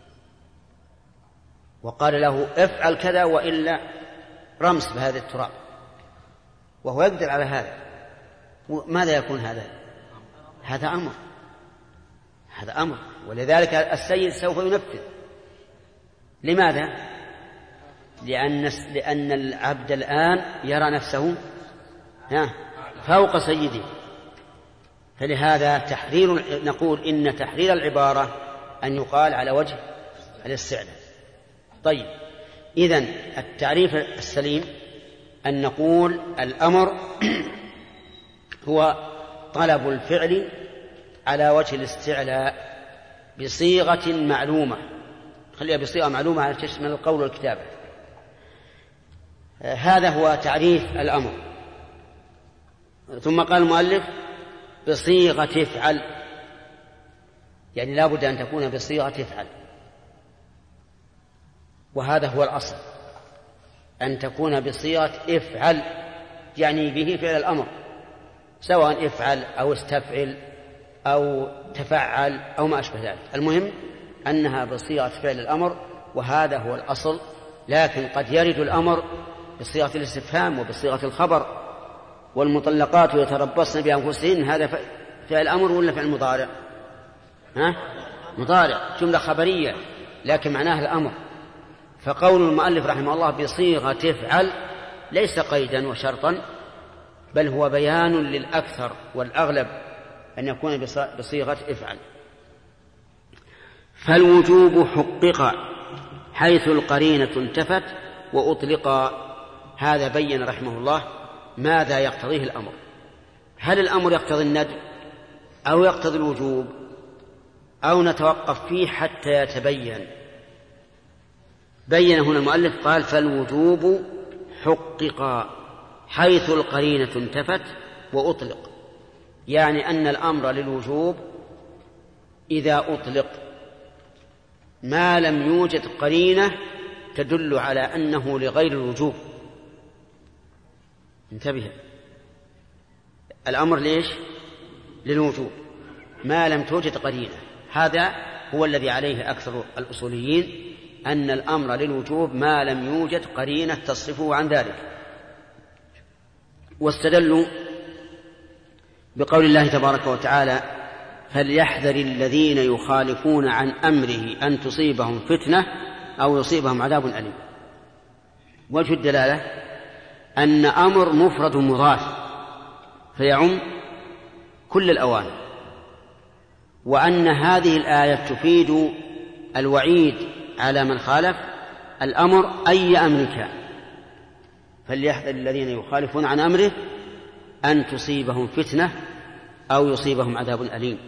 وقال له افعل كذا وإلا رمس بهذا التراب، وهو يقدر على هذا، ماذا يكون هذا؟ هذا أمر، ولذلك السيد سوف ينفذ. لماذا؟ لأن العبد الآن يرى نفسه فوق سيده، فلهذا نقول إن تحرير العبارة أن يقال على وجه الاستعلاء. طيب، إذن التعريف السليم أن نقول الأمر هو طلب الفعل على وجه الاستعلاء بصيغة معلومة، خليها بصيغة معلومة على تشمل القول والكتابة. هذا هو تعريف الأمر. ثم قال المؤلف بصيغة افعل، يعني لا بد أن تكون بصيغة افعل، وهذا هو الأصل، أن تكون بصيغة افعل، يعني به فعل الأمر، سواء افعل أو استفعل أو تفعل أو ما أشبه ذلك. المهم أنها بصيغة فعل الأمر، وهذا هو الأصل. لكن قد يرد الأمر بصيغة الاستفهام وبصيغة الخبر. والمطلقات يتربصن بأنفسهن، هذا فعل أمر ولا فعل مضارع؟ مضارع، جملة خبرية لكن معناها الأمر. فقول المؤلف رحمه الله بصيغة افعل ليس قيدا وشرطا، بل هو بيان للأكثر والأغلب أن يكون بصيغة افعل. فالوجوب حقق حيث القرينة انتفت وأطلق. هذا بين رحمه الله ماذا يقتضيه الأمر. هل الأمر يقتضي الندب أو يقتضي الوجوب أو نتوقف فيه حتى يتبين؟ بين هنا المؤلف قال فالوجوب حقق حيث القرينة انتفت وأطلق، يعني أن الأمر للوجوب إذا أطلق ما لم يوجد قرينة تدل على أنه لغير الوجوب. انتبه، الأمر ليش؟ للوجوب ما لم توجد قرينة. هذا هو الذي عليه أكثر الأصوليين، أن الأمر للوجوب ما لم يوجد قرينة تصرفه عن ذلك. واستدلوا بقول الله تبارك وتعالى فليحذر الذين يخالفون عن أمره أن تصيبهم فتنة أو يصيبهم عذاب أليم. وجه الدلالة أن أمر مفرد مضاف فيعم كل الأوامر، وأن هذه الآية تفيد الوعيد على من خالف الأمر أي أمر كان. فليحذر الذين يخالفون عن أمره أن تصيبهم فتنة أو يصيبهم عذاب أليم.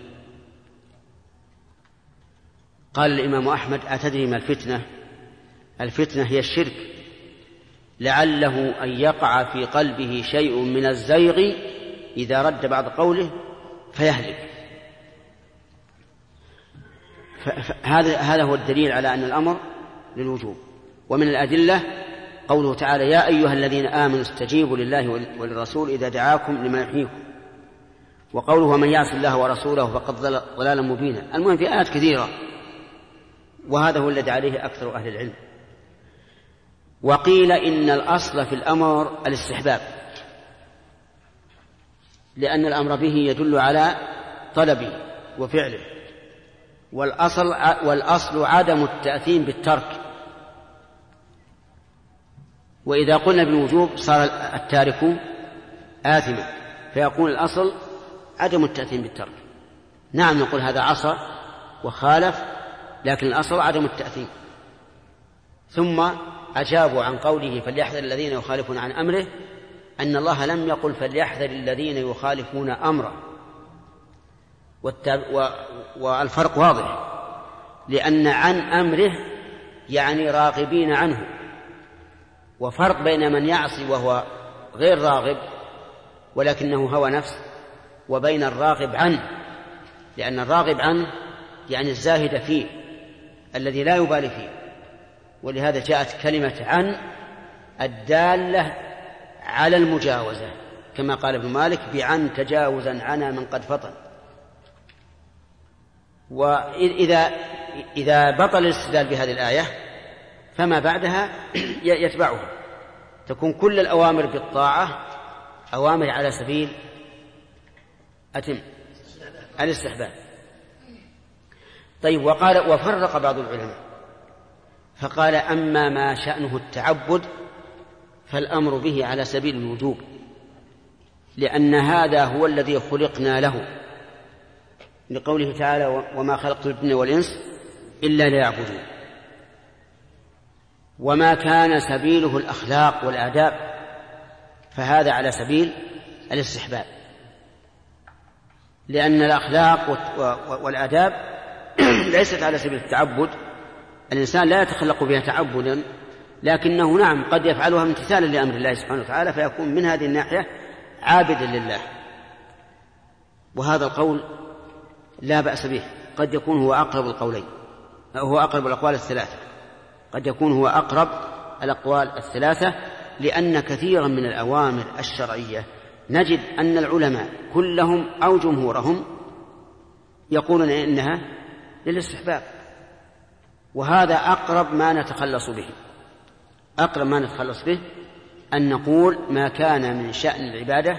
قال الإمام أحمد أتدري ما الفتنة؟ الفتنة هي الشرك، لعله أن يقع في قلبه شيء من الزيغ إذا رد بعض قوله فيهلك. هذا هو الدليل على أن الأمر للوجوب. ومن الأدلة قوله تعالى يا أيها الذين آمنوا استجيبوا لله وللرسول إذا دعاكم لما يحييكم، وقوله ومن يعص الله ورسوله فقد ضل ضلالا مبينا. المهم في آيات كثيرة، وهذا هو الذي عليه أكثر أهل العلم. وقيل إن الأصل في الأمر الاستحباب، لأن الأمر به يدل على طلبه وفعله، والأصل عدم التأثيم بالترك. وإذا قلنا بالوجوب صار التارك آثما، فيكون الأصل عدم التأثيم بالترك. نعم نقول هذا عصى وخالف، لكن الأصل عدم التأثيم. ثم أجابوا عن قوله فليحذر الذين يخالفون عن أمره أن الله لم يقل فليحذر الذين يخالفون أمره، والفرق واضح، لأن عن أمره يعني راغبين عنه، وفرق بين من يعصي وهو غير راغب ولكنه هوى نفس، وبين الراغب عنه، لأن الراغب عنه يعني الزاهد فيه الذي لا يبالي فيه. ولهذا جاءت كلمة عن الدالة على المجاوزة، كما قال ابن مالك بعن تجاوزا عنا من قد فطن. وإذا بطل الاستدلال بهذه الآية فما بعدها يتبعها، تكون كل الأوامر بالطاعة أوامر على سبيل الاستحباب. طيب، وفرق بعض العلماء فقال أما ما شأنه التعبد فالأمر به على سبيل الوجوب، لأن هذا هو الذي خلقنا له، لقوله تعالى وما خلقت الجن والإنس إلا ليعبدون. وما كان سبيله الأخلاق والآداب فهذا على سبيل الاستحباب، لأن الأخلاق والآداب ليست على سبيل التعبد. الإنسان لا يتخلق بها تعبدا، لكنه نعم قد يفعلها امتثالا لأمر الله سبحانه وتعالى، فيكون من هذه الناحية عابدا لله. وهذا القول لا بأس به، قد يكون هو أقرب القولين، هو أقرب الأقوال الثلاثة، قد يكون هو أقرب الأقوال الثلاثة، لأن كثيرا من الأوامر الشرعية نجد أن العلماء كلهم أو جمهورهم يقولون إنها للاستحباب، وهذا أقرب ما نتخلص به، أقرب ما نتخلص به أن نقول ما كان من شأن العبادة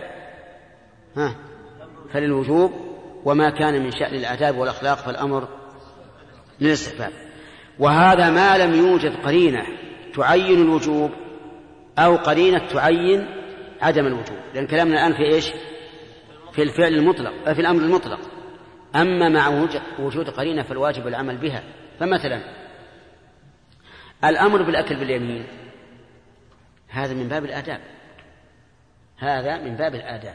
فللوجوب، وما كان من شأن الآداب والأخلاق فالأمر للاستحباب. وهذا ما لم يوجد قرينة تعين الوجوب أو قرينة تعين عدم الوجوب، لأن كلامنا الآن في إيش؟ في الفعل المطلق، في الأمر المطلق. أما مع وجود قرينة فالواجب العمل بها. فمثلا الأمر بالأكل باليمين هذا من باب الآداب، هذا من باب الآداب،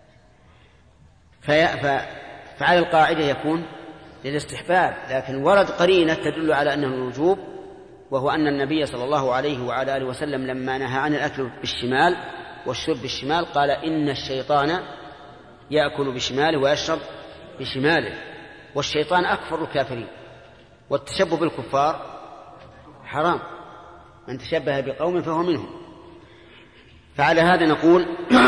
فعلى القاعدة يكون للاستحباب، لكن ورد قرينة تدل على أنه الوجوب، وهو أن النبي صلى الله عليه وعلى آله وسلم لما نهى عن الأكل بالشمال والشرب بالشمال قال إن الشيطان يأكل بشماله ويشرب بشماله، والشيطان أكفر الكافرين، والتشبه بالكفار حرام، من تشبه بقوم فهو منهم. فعلى هذا نقول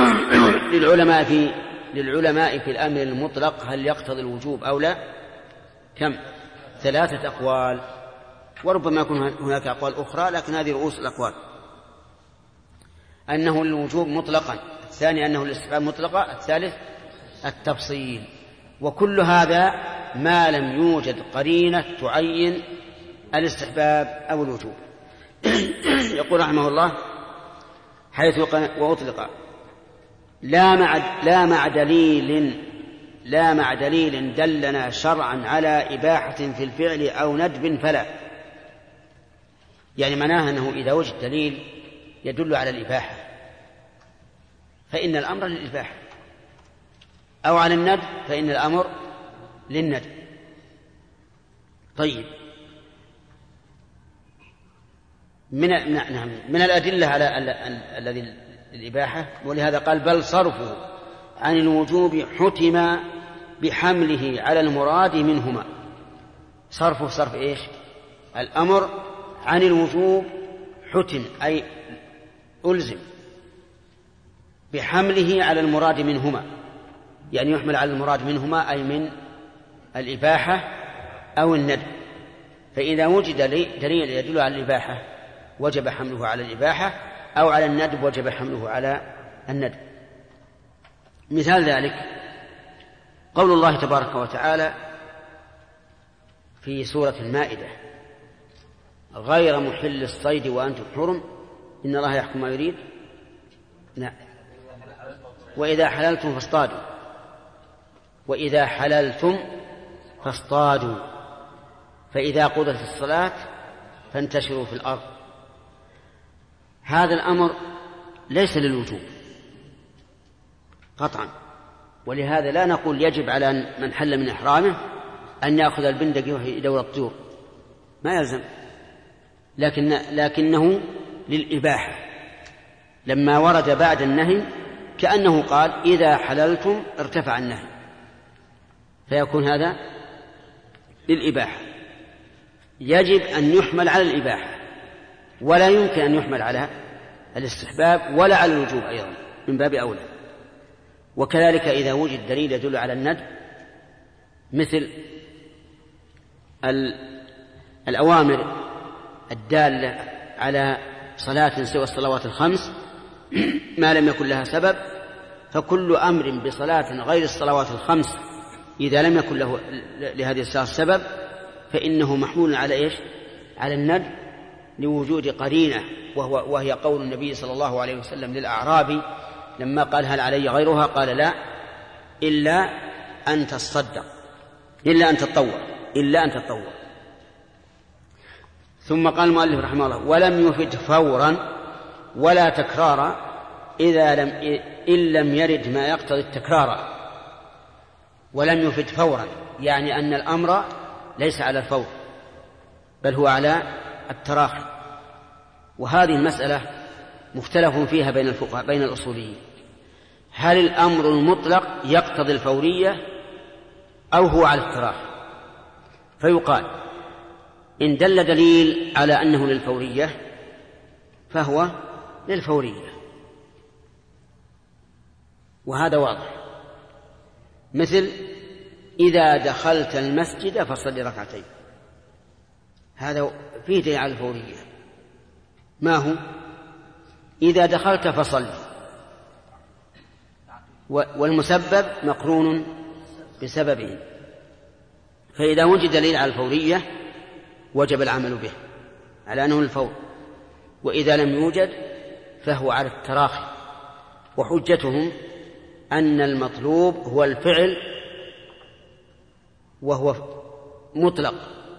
للعلماء في الأمر المطلق هل يقتضي الوجوب أو لا؟ كم؟ 3 أقوال، وربما يكون هناك أقوال أخرى، لكن هذه رؤوس الأقوال: أنه للوجوب مطلقا، الثاني أنه للاستحباب مطلقا، الثالث التفصيل. وكل هذا ما لم يوجد قرينة تعين الاستحباب أو الوجوب. يقول رحمه الله: حيث وأطلق لا مع دليل دلنا شرعا على إباحة في الفعل أو ندب فلا. يعني معناها أنه إذا وجد دليل يدل على الإباحة فإن الأمر للإباحة، أو على الندب فإن الأمر للندب. طيب، من الأدلة على الذي الإباحة، ولهذا قال: بل صرفه عن الوجوب حتم بحمله على المراد منهما. صرفه صرف إيش؟ الأمر عن الوجوب حتم، أي ألزم بحمله على المراد منهما، يعني يحمل على المراد منهما أي من الإباحة أو الندب. فإذا وجد دليل يدل على الإباحة وجب حمله على الإباحة، أو على الندب وجب حمله على الندب. مثال ذلك قول الله تبارك وتعالى في سورة المائدة: غير محل الصيد وأنتم حرم إن الله يحكم ما يريد. لا، وإذا حللتم فاصطادوا، وإذا حللتم فاصطادوا، فإذا قضت الصلاة فانتشروا في الأرض. هذا الأمر ليس للوجوب قطعا، ولهذا لا نقول يجب على من حل من إحرامه أن يأخذ البندق يدور الطيور، ما يلزم، لكنه للإباحة. لما ورد بعد النهي كأنه قال: إذا حللتم ارتفع النهي، فيكون هذا للإباحة. يجب أن يحمل على الإباحة، ولا يمكن أن يحمل على الاستحباب ولا على الوجوب أيضا، من باب أولى. وكذلك إذا وجد دليل يدل على الندب، مثل الأوامر الدالة على صلاة سوى الصلوات الخمس ما لم يكن لها سبب، فكل أمر بصلاة غير الصلوات الخمس إذا لم يكن له لهذه الصلاة سبب فإنه محمول على إيش؟ على الندب، لوجود قرينة، وهي قول النبي صلى الله عليه وسلم للأعرابي لما قال: هل علي غيرها؟ قال: لا، إلا أن تصدق، إلا أن تتطوع. ثم قال المؤلف رحمه الله: ولم يفد فورا ولا تكرارا إن لم يرد ما يقتضي التكرار. ولم يفد فورا يعني أن الأمر ليس على الفور بل هو على التراخي. وهذه المسألة مختلف فيها بين الفقهاء بين الأصوليين: هل الأمر المطلق يقتضي الفورية أو هو على التراخي؟ فيقال: إن دل دليل على أنه للفورية فهو للفورية، وهذا واضح. مثل إذا دخلت المسجد فصل ركعتين. هذا فيه دليل على الفورية. ما هو؟ إذا دخلت فصل، والمسبب مقرون بسببه، فإذا وجد دليل على الفورية وجب العمل به على أنه الفور، وإذا لم يوجد فهو على التراخي. وحجتهم أن المطلوب هو الفعل وهو مطلق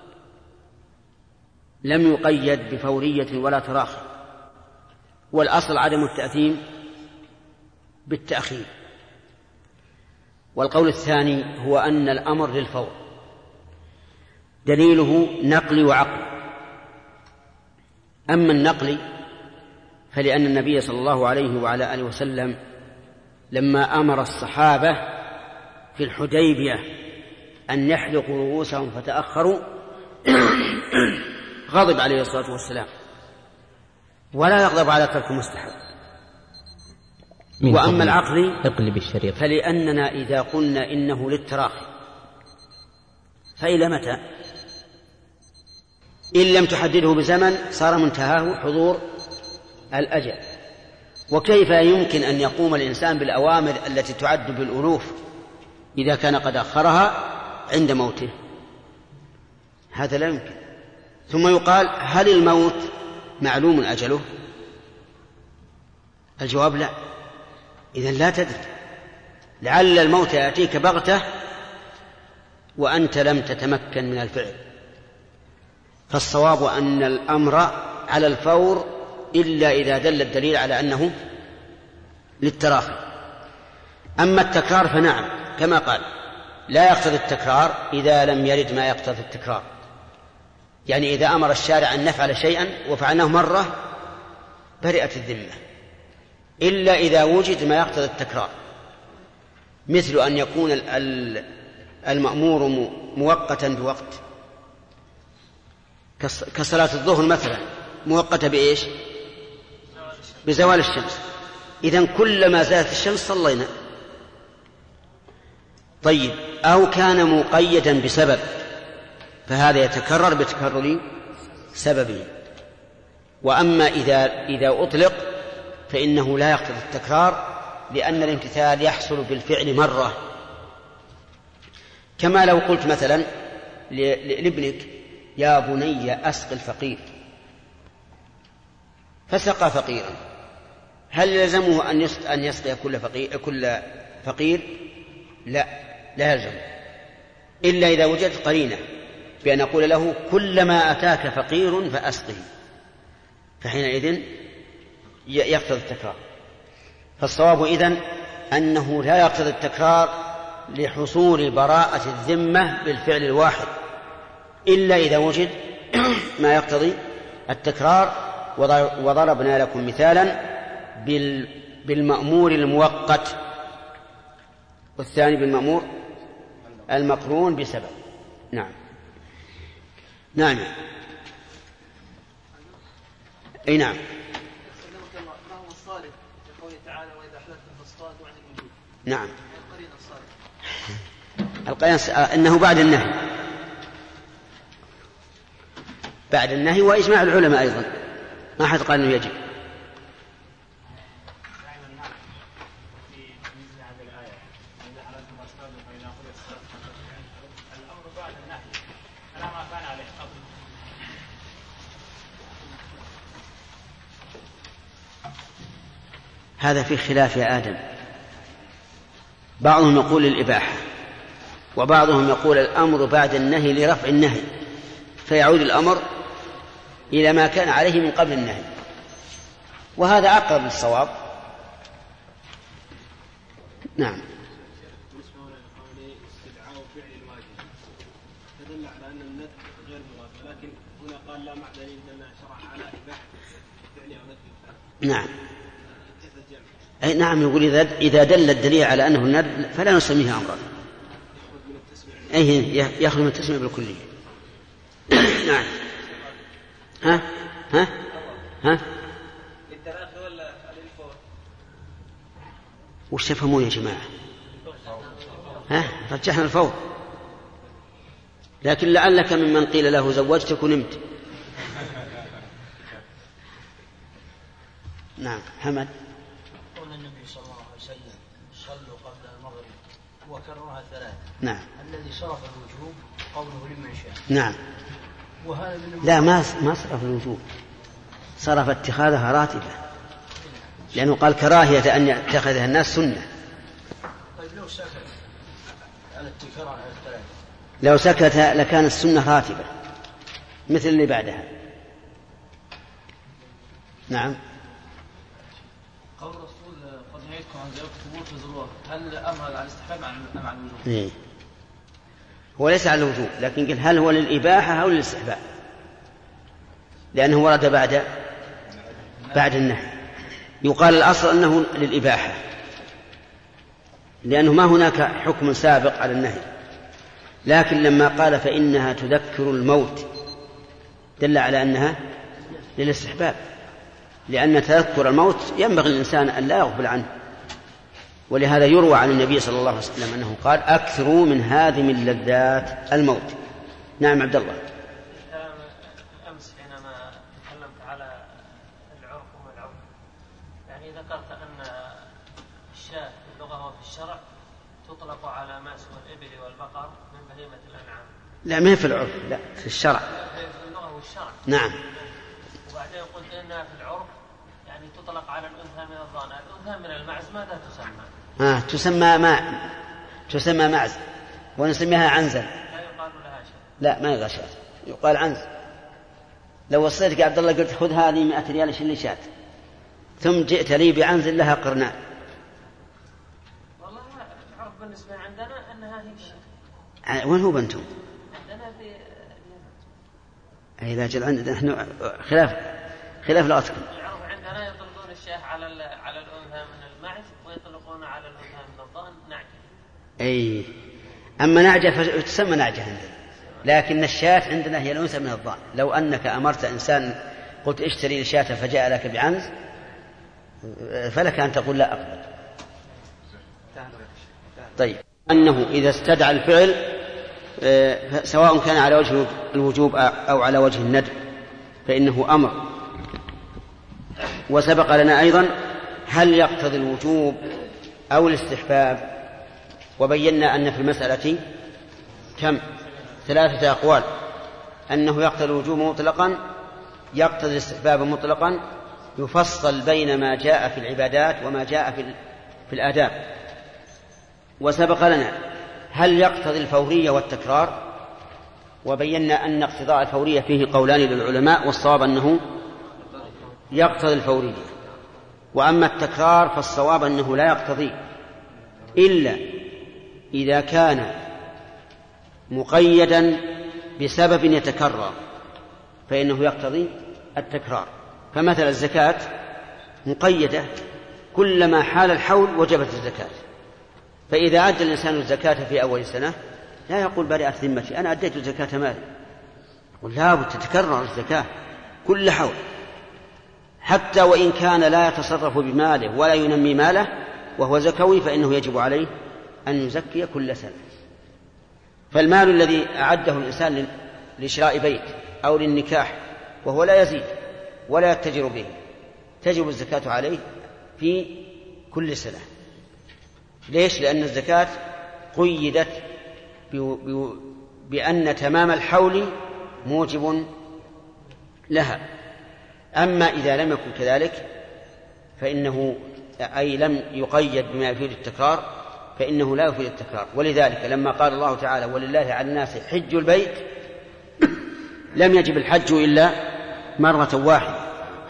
لم يقيد بفورية ولا تراخي، والأصل عدم التأثيم بالتأخير. والقول الثاني هو أن الأمر للفور، دليله نقلي وعقلي. أما النقلي فلأن النبي صلى الله عليه وعلى آله وسلم لما أمر الصحابة في الحديبية أن يحلقوا رؤوسهم فتأخروا غضب عليه الصلاة والسلام، ولا يغضب على ترك المستحب. وأما العقلي فلأننا إذا قلنا إنه للتراخي فإلى متى؟ إن لم تحدده بزمن صار منتهاه حضور الأجل. وكيف يمكن أن يقوم الإنسان بالأوامر التي تعد بالألوف إذا كان قد أخرها عند موته؟ هذا لا يمكن. ثم يقال هل الموت معلوم أجله؟ الجواب لا. إذن لا تدري، لعل الموت يأتيك بغتة وأنت لم تتمكن من الفعل. فالصواب أن الأمر على الفور إلا إذا دل الدليل على أنه للتراخي. أما التكرار فنعم كما قال لا يقتضي التكرار إذا لم يرد ما يقتضي التكرار. يعني إذا أمر الشارع أن نفعل شيئا وفعلناه مرة برئت الذمة، إلا إذا وجد ما يقتضي التكرار، مثل أن يكون المأمور مؤقتا بوقت، كصلاة الظهر مثلا مؤقتة بإيش؟ بزوال الشمس. إذن كلما زالت الشمس صلينا. طيب، أو كان مقيدا بسبب فهذا يتكرر بتكرر سببه. وأما إذا أطلق فإنه لا يقتضي التكرار، لأن الامتثال يحصل بالفعل مرة. كما لو قلت مثلا لابنك يا بني أسق الفقير، فسقى فقيرا، هل يلزمه أن يسقي كل فقير؟ لا يلزم، إلا إذا وجدت قرينة بأن أقول له كلما أتاك فقير فأسقه، فحينئذ يقتضي التكرار. فالصواب إذن أنه لا يقتضي التكرار لحصول براءة الذمة بالفعل الواحد، إلا إذا وجد ما يقتضي التكرار. وضربنا لكم مثالا بالمأمور المؤقت، والثاني بالمأمور المقرون بسبب. نعم أي نعم. ما هو الصالح في قوله تعالى وإذا حلفتم فاصطادوا عن الوجوب؟ نعم، القياس أنه بعد النهي وإجماع العلماء أيضا، ما حد قال أنه يجب. هذا في خلاف يا آدم، بعضهم يقول الإباحة، وبعضهم يقول الأمر بعد النهي لرفع النهي، فيعود الأمر إلى ما كان عليه من قبل النهي، وهذا أقرب للصواب. نعم. تدل على أن الندب غير مراد، لكن هنا قال لا مع دليل دل شرع على إباحة فعل أو ندب. نعم. أي نعم، يقول إذا دل الدليل على أنه الندب فلا نسميه أمرا، أي يخرج من التسمية بالكلية. نعم. ها للتراخي ولا للفور؟ وش تفهمون يا جماعة؟ رجحنا الفور. لكن لعلك ممن قيل له زوجتك ونمت. نعم حمد. قول النبي صلى الله عليه وسلم صلوا قبل المغرب وكررها 3. نعم. الذي صرف الوجوب قوله لمن شاء. نعم. وهذا من لا ما صرف الوجوب، صرف اتخاذها راتبة، لأنه قال كراهية أن يتخذها الناس سنة. طيب لو سكت على التكرار على 3. لو سكت لكان السنة راتبة مثل اللي بعدها. نعم. قول الرسول قد نهيتكم عن زيارة القبور فزوروها، هل أمر على الاستحباب أم على الوجوب؟ إيه. هو ليس على الوجوب، لكن قل هل هو للإباحة أو للاستحباب، لأنه ورد بعد النهي. يقال الأصل أنه للإباحة، لأنه ما هناك حكم سابق على النهي، لكن لما قال فإنها تذكر الموت دل على أنها للاستحباب، لأن تذكر الموت ينبغي الإنسان أن لا يغفل عنه. ولهذا يروى عن النبي صلى الله عليه وسلم أنه قال أكثروا من هادم اللذات الموت. نعم عبد الله. أمس حينما تكلمت على العرف والعرف، يعني ذكرت أن الشاة في اللغة وفي الشرع تطلق على ما سوى الإبل والبقر من بهيمة الأنعام. لا ما في العرف، لا في الشرع. في اللغة والشرع. نعم. وبعدين قلت إنها في العرف يعني تطلق على الأنثى من الضأن. الأنثى من المعز ماذا تسمى؟ تسمى معز، ونسميها عنزة. لا يقال لها شيء. لا ما يقال شيء، يقال عنز. لو وصيتك يا عبد الله قلت خذ هذه 100 ريال ايش اللي شات، ثم جئت لي بعنز لها قرنان. والله العرف بالنسبة عندنا أنها هي الشيء. وين هو بنتم؟ عندنا في إذا جل عندنا نحن خلاف لغتكم. العرف عندنا يطلقون الشاه على الأنثى من المعز، ويطلقون على الأنثى من الضأن نعجة. أي أما نعجة فتسمى نعجة عندنا، لكن الشاة عندنا هي الأنثى من الضأن. لو أنك أمرت إنسان قلت اشتري لي شاة فجاء لك بعنز فلك أن تقول لا أقبل. طيب أنه إذا استدعى الفعل سواء كان على وجه الوجوب أو على وجه الندب فإنه أمر. وسبق لنا أيضا هل يقتضي الوجوب أو الاستحباب، وبينا أن في المسألة 3 أقوال: أنه يقتضي الوجوب مطلقا، يقتضي الاستحباب مطلقا، يفصل بين ما جاء في العبادات وما جاء في الآداب. وسبق لنا هل يقتضي الفورية والتكرار، وبينا أن اقتضاء الفورية فيه قولان للعلماء، والصواب أنه يقتضي الفورية. وأما التكرار فالصواب أنه لا يقتضي إلا إذا كان مقيدا بسبب يتكرر فإنه يقتضي التكرار. فمثل الزكاة مقيدة، كلما حال الحول وجبت الزكاة، فإذا أدى الإنسان الزكاة في أول سنة لا يقول برئت ذمتي أنا أديت زكاة مالي، ولا بد تتكرر الزكاة كل حول، حتى وإن كان لا يتصرف بماله ولا ينمي ماله وهو زكوي فإنه يجب عليه أن يزكي كل سنة. فالمال الذي أعده الإنسان لشراء بيت أو للنكاح وهو لا يزيد ولا يتجر به تجب الزكاة عليه في كل سنة. ليش؟ لأن الزكاة قيدت بأن تمام الحول موجب لها. أما إذا لم يكن كذلك فإنه أي لم يقيد بما يفيد التكرار فإنه لا يفيد التكرار. ولذلك لما قال الله تعالى ولله على الناس حج البيت لم يجب الحج إلا مرة واحدة.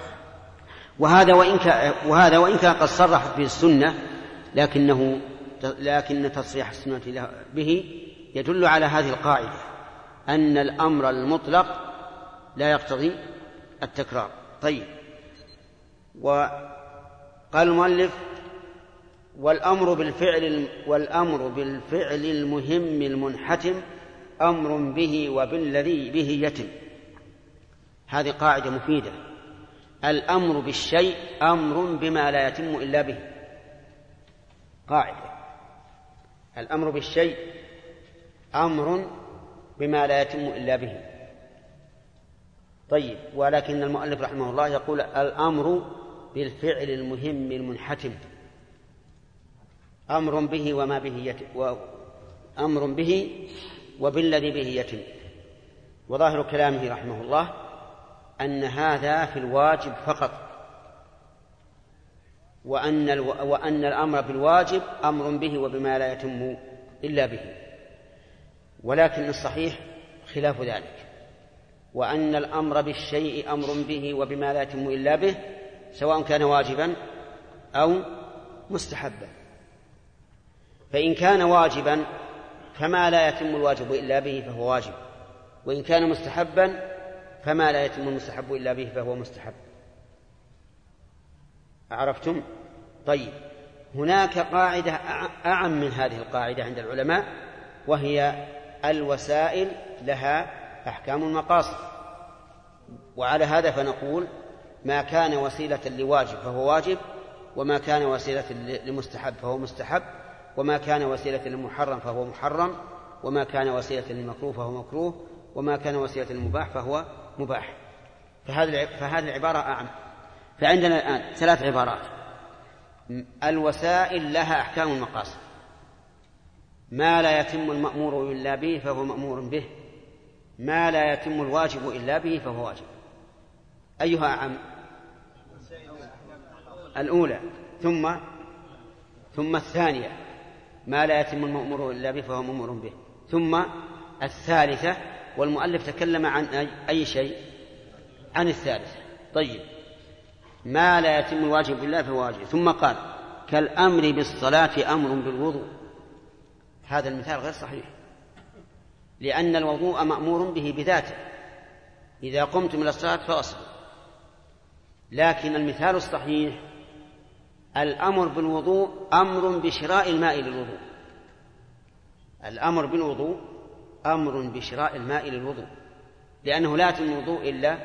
وهذا وإن كان قد صرحت به السنة لكن تصريح السنة به يدل على هذه القاعدة أن الأمر المطلق لا يقتضي التكرار. طيب، وقال المؤلف والأمر بالفعل المهم المنحتم أمر به وبالذي به يتم. هذه قاعدة مفيدة. الأمر بالشيء أمر بما لا يتم إلا به. قاعدة: الأمر بالشيء أمر بما لا يتم إلا به. طيب، ولكن المؤلف رحمه الله يقول الأمر بالفعل المهم المنحتم، أمر به وما به أمر به وبالذي به يتم. وظاهر كلامه رحمه الله أن هذا في الواجب فقط، وأن الأمر بالواجب أمر به وبما لا يتم إلا به. ولكن الصحيح خلاف ذلك، وأن الأمر بالشيء أمر به وبما لا يتم إلا به، سواء كان واجبا أو مستحبا. فإن كان واجبا فما لا يتم الواجب إلا به فهو واجب، وإن كان مستحبا فما لا يتم المستحب إلا به فهو مستحب. عرفتم؟ طيب، هناك قاعدة أعم من هذه القاعدة عند العلماء، وهي الوسائل لها أحكام المقاصد. وعلى هذا فنقول ما كان وسيلة لواجب فهو واجب، وما كان وسيلة لمستحب فهو مستحب، وما كان وسيلة للمحرم فهو محرم، وما كان وسيلة للمكروه فهو مكروه، وما كان وسيلة للمباح فهو مباح. فهذه العبارة أعم. فعندنا الآن 3 عبارات: الوسائل لها أحكام المقاصد، ما لا يتم المأمور إلا به فهو مأمور به، ما لا يتم الواجب إلا به فهو واجب. أيها أعم؟ الأولى. ثم الثانية، ما لا يتم المأمور إلا به فهو مأمور به. ثم الثالثة، والمؤلف تكلم عن أي شيء؟ عن الثالثة. طيب، ما لا يتم الواجب إلا فهو واجب. ثم قال كالأمر بالصلاة أمر بالوضوء. هذا المثال غير صحيح، لأن الوضوء مأمور به بذاته، إذا قمتم إلى الصلاة فأصلوا. لكن المثال الصحيح الأمر بالوضوء أمر بشراء الماء للوضوء. الأمر بالوضوء أمر بشراء الماء للوضوء، لأنه لا يتم الوضوء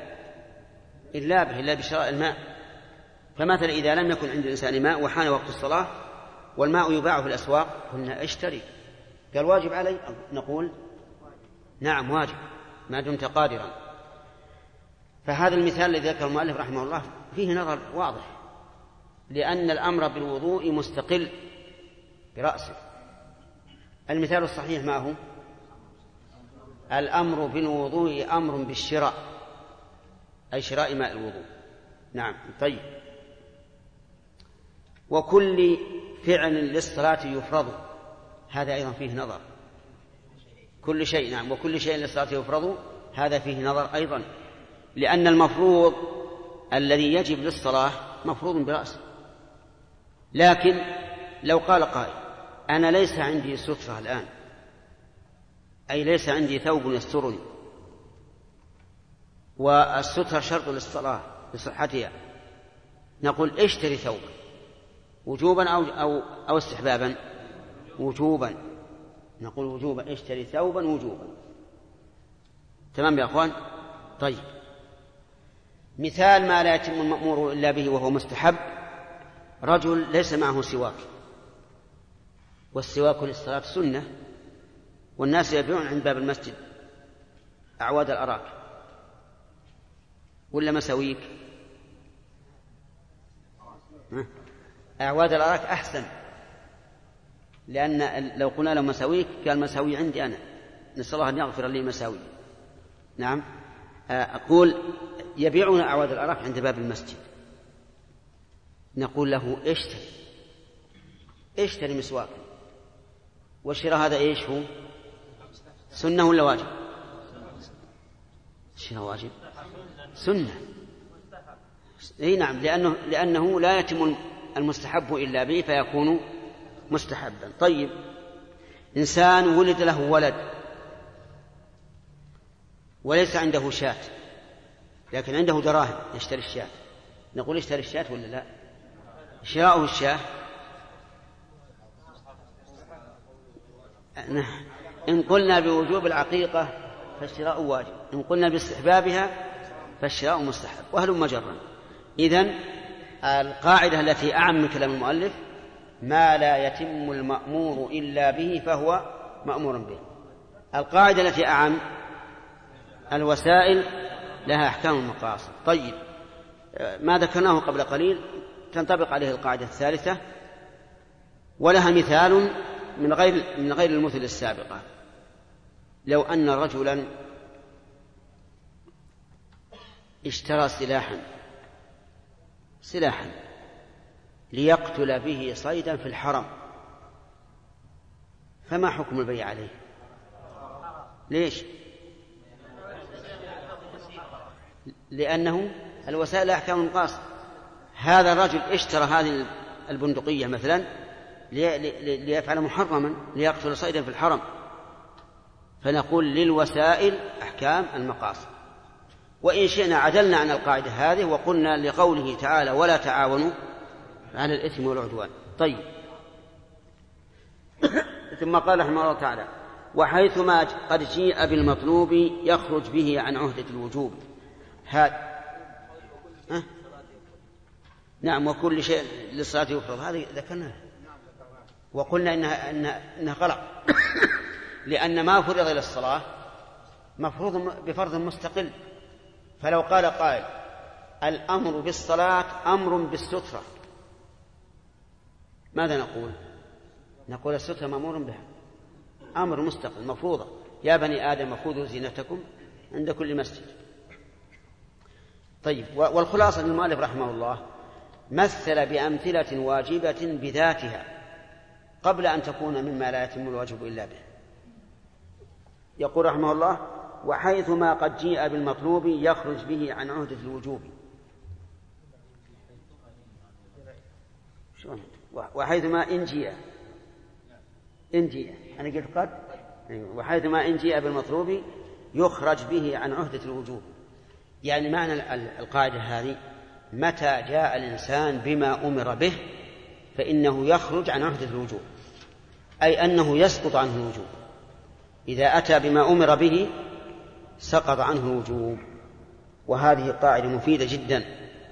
إلا بشراء الماء. فمثلا إذا لم يكن عند الإنسان ماء وحان وقت الصلاة والماء يباع في الأسواق، قلنا اشتري، قال واجب علي، نقول نعم واجب ما دمت قادرا. فهذا المثال الذي ذكر المؤلف رحمه الله فيه نظر واضح، لأن الأمر بالوضوء مستقل برأسه. المثال الصحيح ما هو؟ الأمر بالوضوء أمر بالشراء، أي شراء ماء الوضوء. نعم. طيب، وكل فعل للصلاة يفرض، هذا أيضا فيه نظر. كل شيء، نعم، وكل شيء للصلاة يفرض، هذا فيه نظر أيضا، لأن المفروض الذي يجب للصلاة مفروض برأسه. لكن لو قال قائل أنا ليس عندي سترة الآن، أي ليس عندي ثوب يسترني، والسترة شرط للصلاة لصحتها، نقول اشتري ثوبا وجوبا أو استحبابا؟ وجوبا. نقول وجوبا، اشتري ثوبا وجوبا. تمام يا أخوان؟ طيب، مثال ما لا يتم المأمور إلا به وهو مستحب: رجل ليس معه سواك، والسواك للصلاة سنة، والناس يبيعون عند باب المسجد أعواد الأراك ولا مساويك؟ أعواد الأراك أحسن، لأن لو قلنا له مساويك قال مساوي عندي أنا، نسأل الله أن يغفر لي مساوي. نعم، أقول يبيعون أعواد الأراك عند باب المسجد، نقول له اشتري مسواك. والشراء هذا إيش هو؟ سنة ولا واجب؟ الشراء واجب، سنة. أي نعم، لأنه لا يتم المستحب إلا به فيكون مستحبا. طيب، إنسان ولد له ولد وليس عنده شاة، لكن عنده دراهم يشتري الشاة، نقول اشتري الشاة ولا لا؟ شراؤه الشاة إن قلنا بوجوب العقيقة فالشراء واجب، إن قلنا باستحبابها فالشراء مستحب، وهلم جرا. إذن القاعدة التي أعم من كلام المؤلف: ما لا يتم المأمور إلا به فهو مأمور به. القاعدة التي أعم الوسائل لها أحكام المقاصد. طيب، ما ذكرناه قبل قليل تنطبق عليه القاعدة الثالثة، ولها مثال من غير المثل السابقة. لو أن رجلا اشترى سلاحا ليقتل به صيدا في الحرم، فما حكم البيع عليه؟ ليش؟ لأنه الوسائل أحكام المقاصد. هذا الرجل اشترى هذه البندقية مثلا ليفعل محرما، ليقتل صيدا في الحرم، فنقول للوسائل أحكام المقاصد. وإن شئنا عدلنا عن القاعدة هذه وقلنا لقوله تعالى ولا تعاونوا على الإثم والعدوان. طيب، ثم قال رحمه الله تعالى وحيثما قد جيء بالمطلوب يخرج به عن عهدة الوجوب. نعم، وكل شيء للصلاة يفرض، هذه ذكرناها وقلنا إنها غلط لأن ما فرض إلى الصلاة مفروض بفرض مستقل. فلو قال قائل الأمر بالصلاة أمر بالسترة، ماذا نقول؟ نقول السترة مأمور بها، أمر مستقل مفروضة، يا بني آدم خذوا زينتكم عند كل مسجد. طيب، والخلاصة للمؤلف رحمه الله مثل بأمثلة واجبة بذاتها قبل أن تكون مما لا يتم الواجب إلا به. يقول رحمه الله وحيثما قد جيء بالمطلوب يخرج به عن عهدة الوجوب. وحيثما إن جيء أنا قلت قد، وحيثما إن جيء بالمطلوب يخرج به عن عهدة الوجوب. يعني معنى القاعدة هذه متى جاء الإنسان بما أمر به فإنه يخرج عن عهدة الوجوب، أي أنه يسقط عنه الوجوب. إذا أتى بما أمر به سقط عنه الوجوب. وهذه قاعدة مفيدة جدا،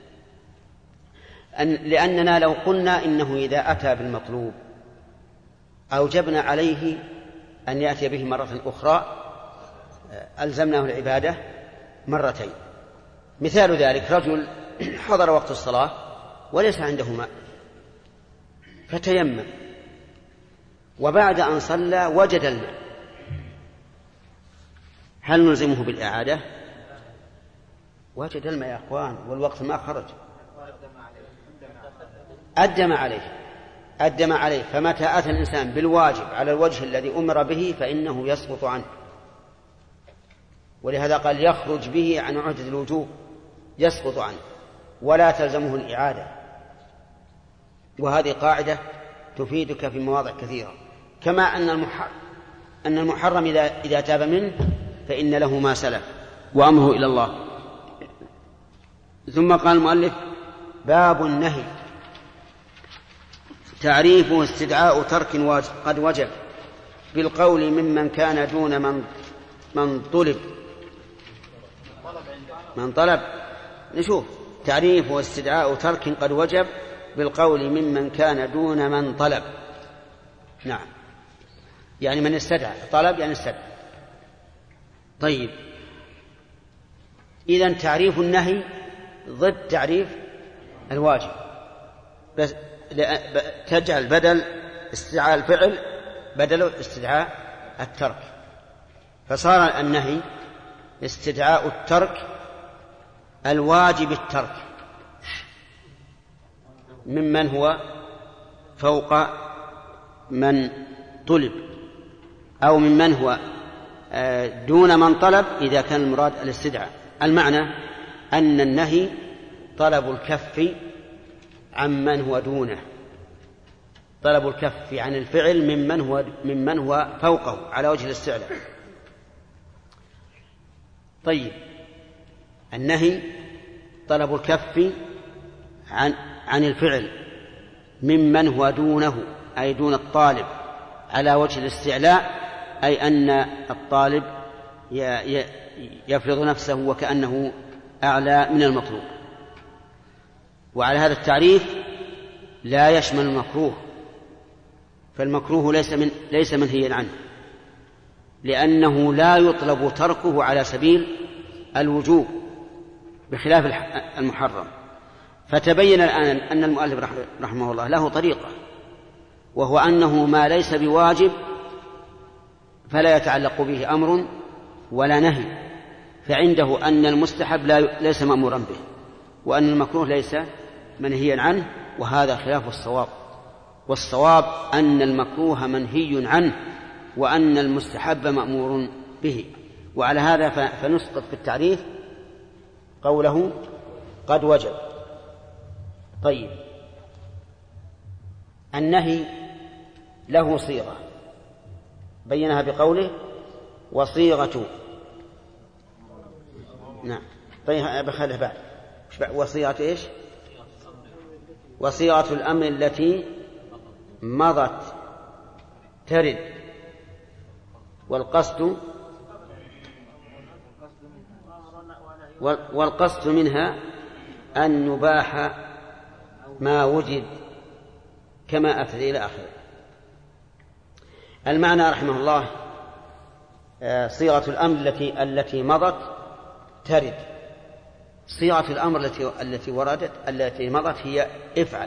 لأننا لو قلنا إنه إذا أتى بالمطلوب أوجبنا عليه أن يأتي به مرة أخرى ألزمناه العبادة مرتين. مثال ذلك رجل حضر وقت الصلاة وليس عنده ماء فتيمم، وبعد أن صلى وجد الماء، هل نلزمه بالإعادة؟ وجد الماء يا أخوان والوقت ما خرج، أدم عليه. فمتى أتى الإنسان بالواجب على الوجه الذي أمر به فإنه يسقط عنه. ولهذا قال يخرج به عن عهدة الوجوب، يسقط عنه ولا تلزمه الإعادة. وهذه قاعدة تفيدك في مواضع كثيرة. كما أن المحرم إذا تاب منه فإن له ما سلف وأمره إلى الله. ثم قال المؤلف باب النهي، تعريفه استدعاء ترك قد وجب بالقول ممن كان دون من طلب. نشوف تعريفه استدعاء ترك قد وجب بالقول ممن كان دون من طلب. نعم، يعني من استدعى، طلب يعني استدعى. طيب، إذن تعريف النهي ضد تعريف الواجب، بس تجعل بدل استدعاء الفعل بدل استدعاء الترك، فصار النهي استدعاء الترك الواجب الترك ممن هو فوق من طلب، أو ممن هو دون من طلب إذا كان المراد الاستدعاء. المعنى أن النهي طلب الكف عمن هو دونه، طلب الكف عن الفعل ممن هو فوقه على وجه الاستعلاء. طيب، النهي طلب الكف عن الفعل ممن هو دونه، أي دون الطالب على وجه الاستعلاء، أي أن الطالب يفرض نفسه وكأنه أعلى من المطلوب. وعلى هذا التعريف لا يشمل المكروه، فالمكروه ليس منهيا عنه، لأنه لا يطلب تركه على سبيل الوجوب بخلاف المحرم. فتبين الآن أن المؤلف رحمه الله له طريقة، وهو أنه ما ليس بواجب فلا يتعلق به أمر ولا نهي، فعنده أن المستحب ليس مأمورا به، وأن المكروه ليس منهيا عنه، وهذا خلاف الصواب. والصواب أن المكروه منهي عنه وأن المستحب مأمور به. وعلى هذا فنسقط في التعريف قوله قد وجب. طيب، النهي له صيغة بينها بقوله وصيغة. نعم، طيب بخلها بعد. وصيغة إيش؟ وصيغة الأمر التي مضت ترد، والقصد منها أن يباح ما وجد كما أتى إلى آخره. المعنى رحمه الله صيغة الأمر التي مضت ترد. صيغة الأمر التي مضت هي افعل،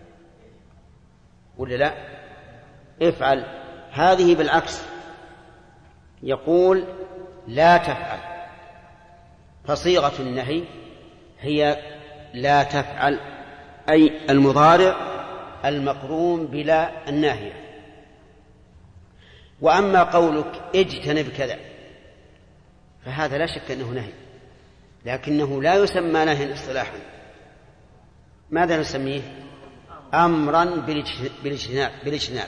ولا لا؟ افعل. هذه بالعكس يقول لا تفعل. فصيغة النهي هي لا تفعل، أي المضارع المقرون بلا الناهية. وأما قولك اجتنب كذا فهذا لا شك أنه نهي، لكنه لا يسمى نهيا اصطلاحا. ماذا نسميه؟ أمرا بالاجتناب.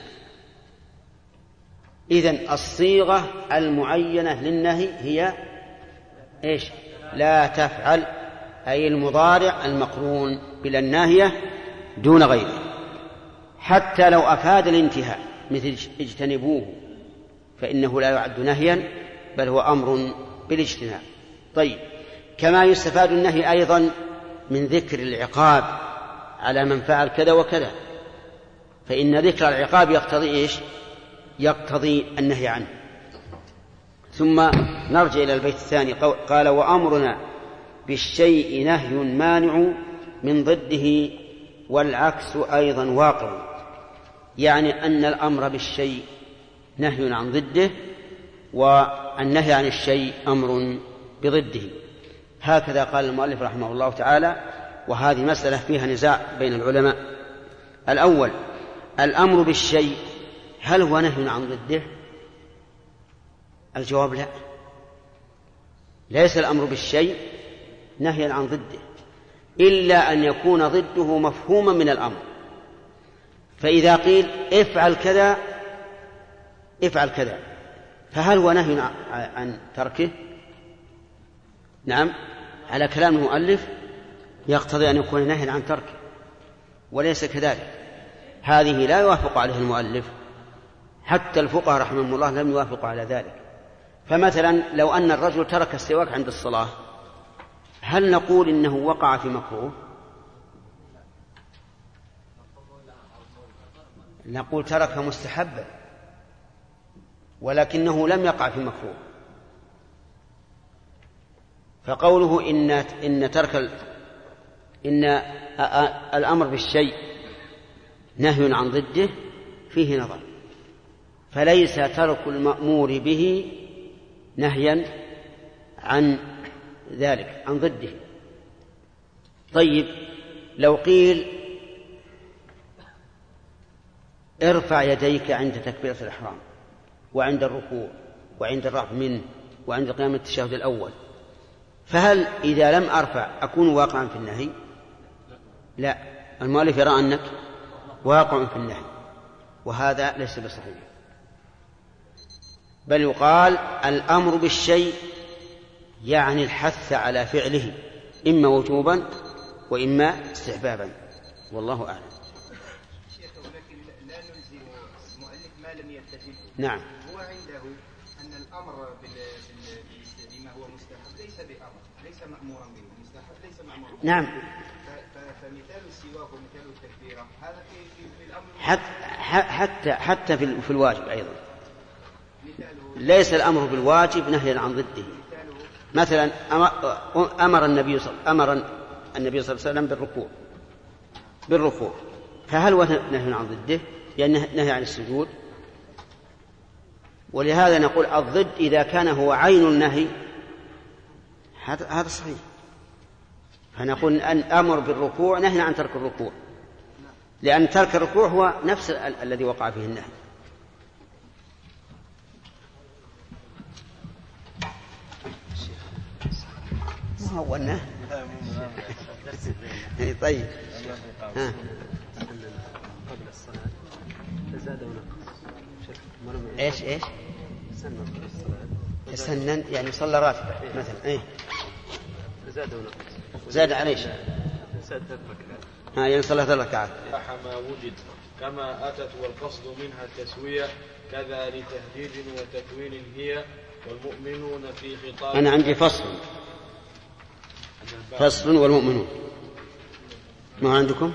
إذن الصيغة المعينة للنهي هي إيش؟ لا تفعل، أي المضارع المقرون بلا الناهية دون غيره، حتى لو أفاد الانتهاء مثل اجتنبوه فإنه لا يعد نهيا بل هو أمر بالاجتناب. طيب، كما يستفاد النهي أيضا من ذكر العقاب على من فعل كذا وكذا، فإن ذكر العقاب يقتضي إيش؟ يقتضي النهي عنه. ثم نرجع إلى البيت الثاني. قال وأمرنا بالشيء نهي مانع من ضده والعكس أيضا واقع. يعني أن الأمر بالشيء نهي عن ضده، والنهي عن الشيء أمر بضده. هكذا قال المؤلف رحمه الله تعالى. وهذه مسألة فيها نزاع بين العلماء. الأول، الأمر بالشيء هل هو نهي عن ضده؟ الجواب لا، ليس الأمر بالشيء نهيا عن ضده، إلا أن يكون ضده مفهوما من الأمر. فإذا قيل افعل كذا افعل كذا، فهل هو نهي عن تركه؟ نعم، على كلام المؤلف يقتضي أن يكون نهيا عن تركه، وليس كذلك. هذه لا يوافق عليه المؤلف، حتى الفقهاء رحمهم الله لم يوافقوا على ذلك. فمثلا لو أن الرجل ترك السواك عند الصلاة، هل نقول إنه وقع في مكروه؟ نقول ترك مستحبا، ولكنه لم يقع في مكروه. فقوله إن الأمر بالشيء نهي عن ضده فيه نظر، فليس ترك المأمور به نهيا عن ذلك عن ضده. طيب، لو قيل ارفع يديك عند تكبيرة الإحرام وعند الركوع وعند الرفع منه وعند قيام التشهد الأول، فهل إذا لم أرفع أكون واقعا في النهي؟ لا، المؤلف يرى أنك واقع في النهي، وهذا ليس بصحيح. بل يقال الأمر بالشيء يعني الحث على فعله، إما وجوبا وإما استحبابا، والله أعلم. شيخ، ولكن لا نلزم المؤلف ما لم يلتزم. نعم، هو عنده أن الأمر بما هو مستحب ليس بأمر، ليس مأمورا به، مستحب ليس مأمورا به. نعم. فمثال السواك ومثال التكبيرة هذا في الأمر حتى في الواجب أيضا، ليس الأمر بالواجب نهيا عن ضده. مثلا أمر النبي صلى الله عليه وسلم بالركوع، فهل هو نهي عن ضده؟ يعني نهي عن السجود. ولهذا نقول الضد إذا كان هو عين النهي هذا صحيح، فنقول أن أمر بالركوع نهي عن ترك الركوع، لأن ترك الركوع هو نفس الذي وقع فيه النهي. ما هو النهي. طيب قبل الصلاة فزاد ونقص. ايش سنن يعني صلى راتبة مثلا زاد ونقص. زاد عليه زاد 3 ركعات. يعني صلى 3 ركعات. ما وجد كما أتت والقصد منها التسوية كذا لتهديد وتكوين هي والمؤمنون في خطاب. أنا عندي فصل والمؤمنون. ما عندكم؟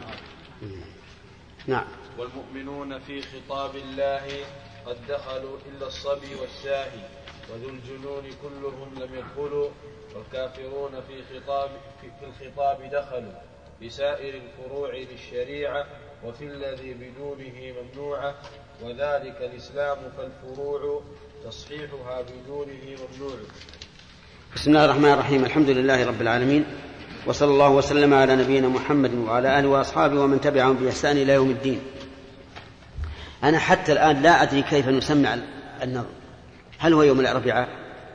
نعم. والمؤمنون في خطاب الله قد دخلوا إلا الصبي والساهي وذو الجنون كلهم لم يدخلوا، والكافرون في الخطاب دخلوا بسائر الفروع للشريعة وفي الذي بدونه ممنوعة، وذلك الإسلام فالفروع تصحيحها بدونه ممنوع. بسم الله الرحمن الرحيم. الحمد لله رب العالمين، وصلى الله وسلم على نبينا محمد وعلى آله وأصحابه ومن تبعهم بإحسان إلى يوم الدين. أنا حتى الآن لا أدري كيف نسمع النظم. هل هو يوم الأربعاء؟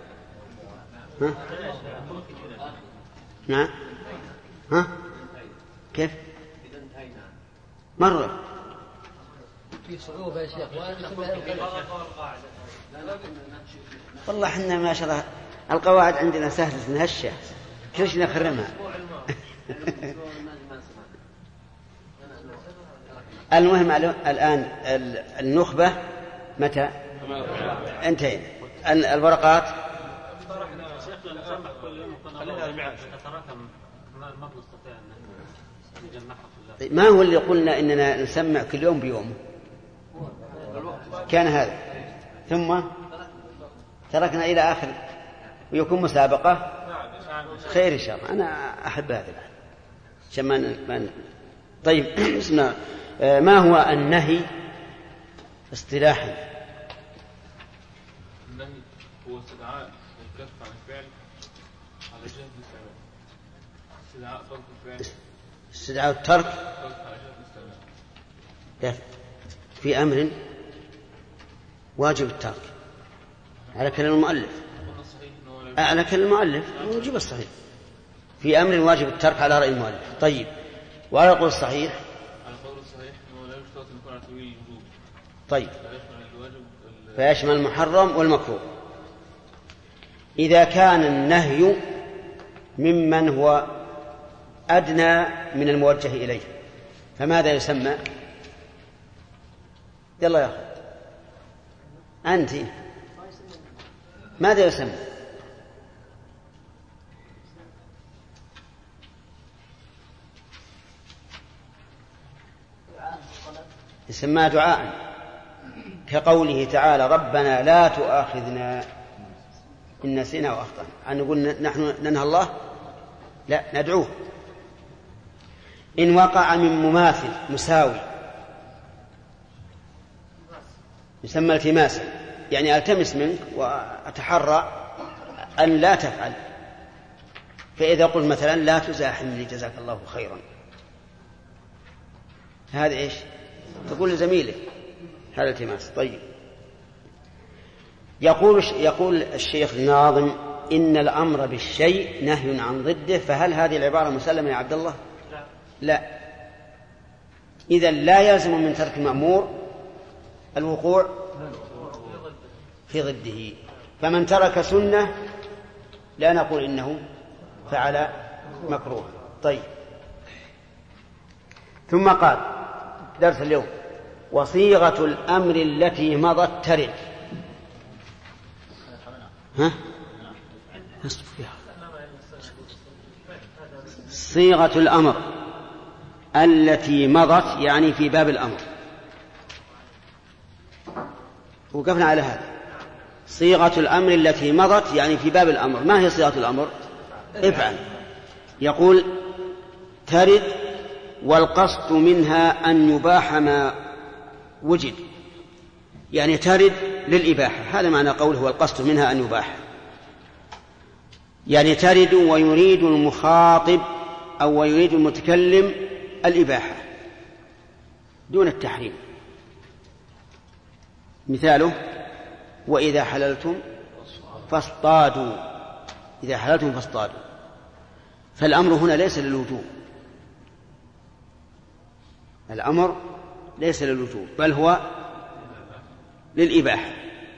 نعم. كيف؟ مرة في صعوبة يا شيخ. والله حنا ما شاء الله القواعد عندنا سهلة هشة، كل شيء نخرمها. المهم الآن النخبة متى انتهينا؟ الورقات ما هو اللي قلنا إننا نسمع كل يوم بيوم؟ كان هذا ثم تركنا إلى آخر ويكون مسابقة خير إن شاء الله. أنا أحب هذا عشان طيب. بسم الله. ما هو النهي اصطلاحا؟ النهي هو استدعاء الكف عن الفعل على جهة الاستعمال، استدعاء ترك الفعل، استدعاء الترك على جهة الاستعمال في أمر واجب الترك على كلام المؤلف، على كلام المؤلف نجيب الصحيح في أمر واجب الترك على رأي المؤلف. طيب، وعلى القول الصحيح طيب فيشمل المحرم والمكروه. إذا كان النهي ممن هو أدنى من الموجه إليه فماذا يسمى؟ يلا يا أخي أنت ماذا يسمى؟ يسمى دعاء، كقوله تعالى ربنا لا تؤاخذنا إن نسينا وأخطأنا. أن نقول نحن ننهى الله؟ لا، ندعوه. إن وقع من مماثل مساوي يسمى التماسا، يعني ألتمس منك وأتحرى أن لا تفعل. فإذا قلت مثلا لا تزاحمني جزاك الله خيرا، هذا إيش؟ تقول لزميلك هذا التماس. طيب، يقول الشيخ الناظم إن الأمر بالشيء نهي عن ضده، فهل هذه العبارة مسلمة يا عبد الله؟ لا. إذن لا يلزم من ترك المأمور الوقوع في ضده، فمن ترك سنة لا نقول إنه فعل مكروه. طيب، ثم قال درس اليوم وصيغة الأمر التي مضت ترد. صيغة الأمر التي مضت يعني في باب الأمر، وقفنا على هذا. صيغة الأمر التي مضت يعني في باب الأمر. ما هي صيغة الأمر؟ افعل. يقول ترد والقصد منها أن يباح ما وجد، يعني ترد للإباحة، هذا معنى قوله والقصد منها أن يباح، يعني ترد ويريد المخاطب أو ويريد المتكلم الإباحة دون التحريم. مثاله وإذا حللتم فاصطادوا، إذا حللتم فاصطادوا، فالأمر هنا ليس للوجوب، الأمر ليس للوجوب بل هو للإباحة.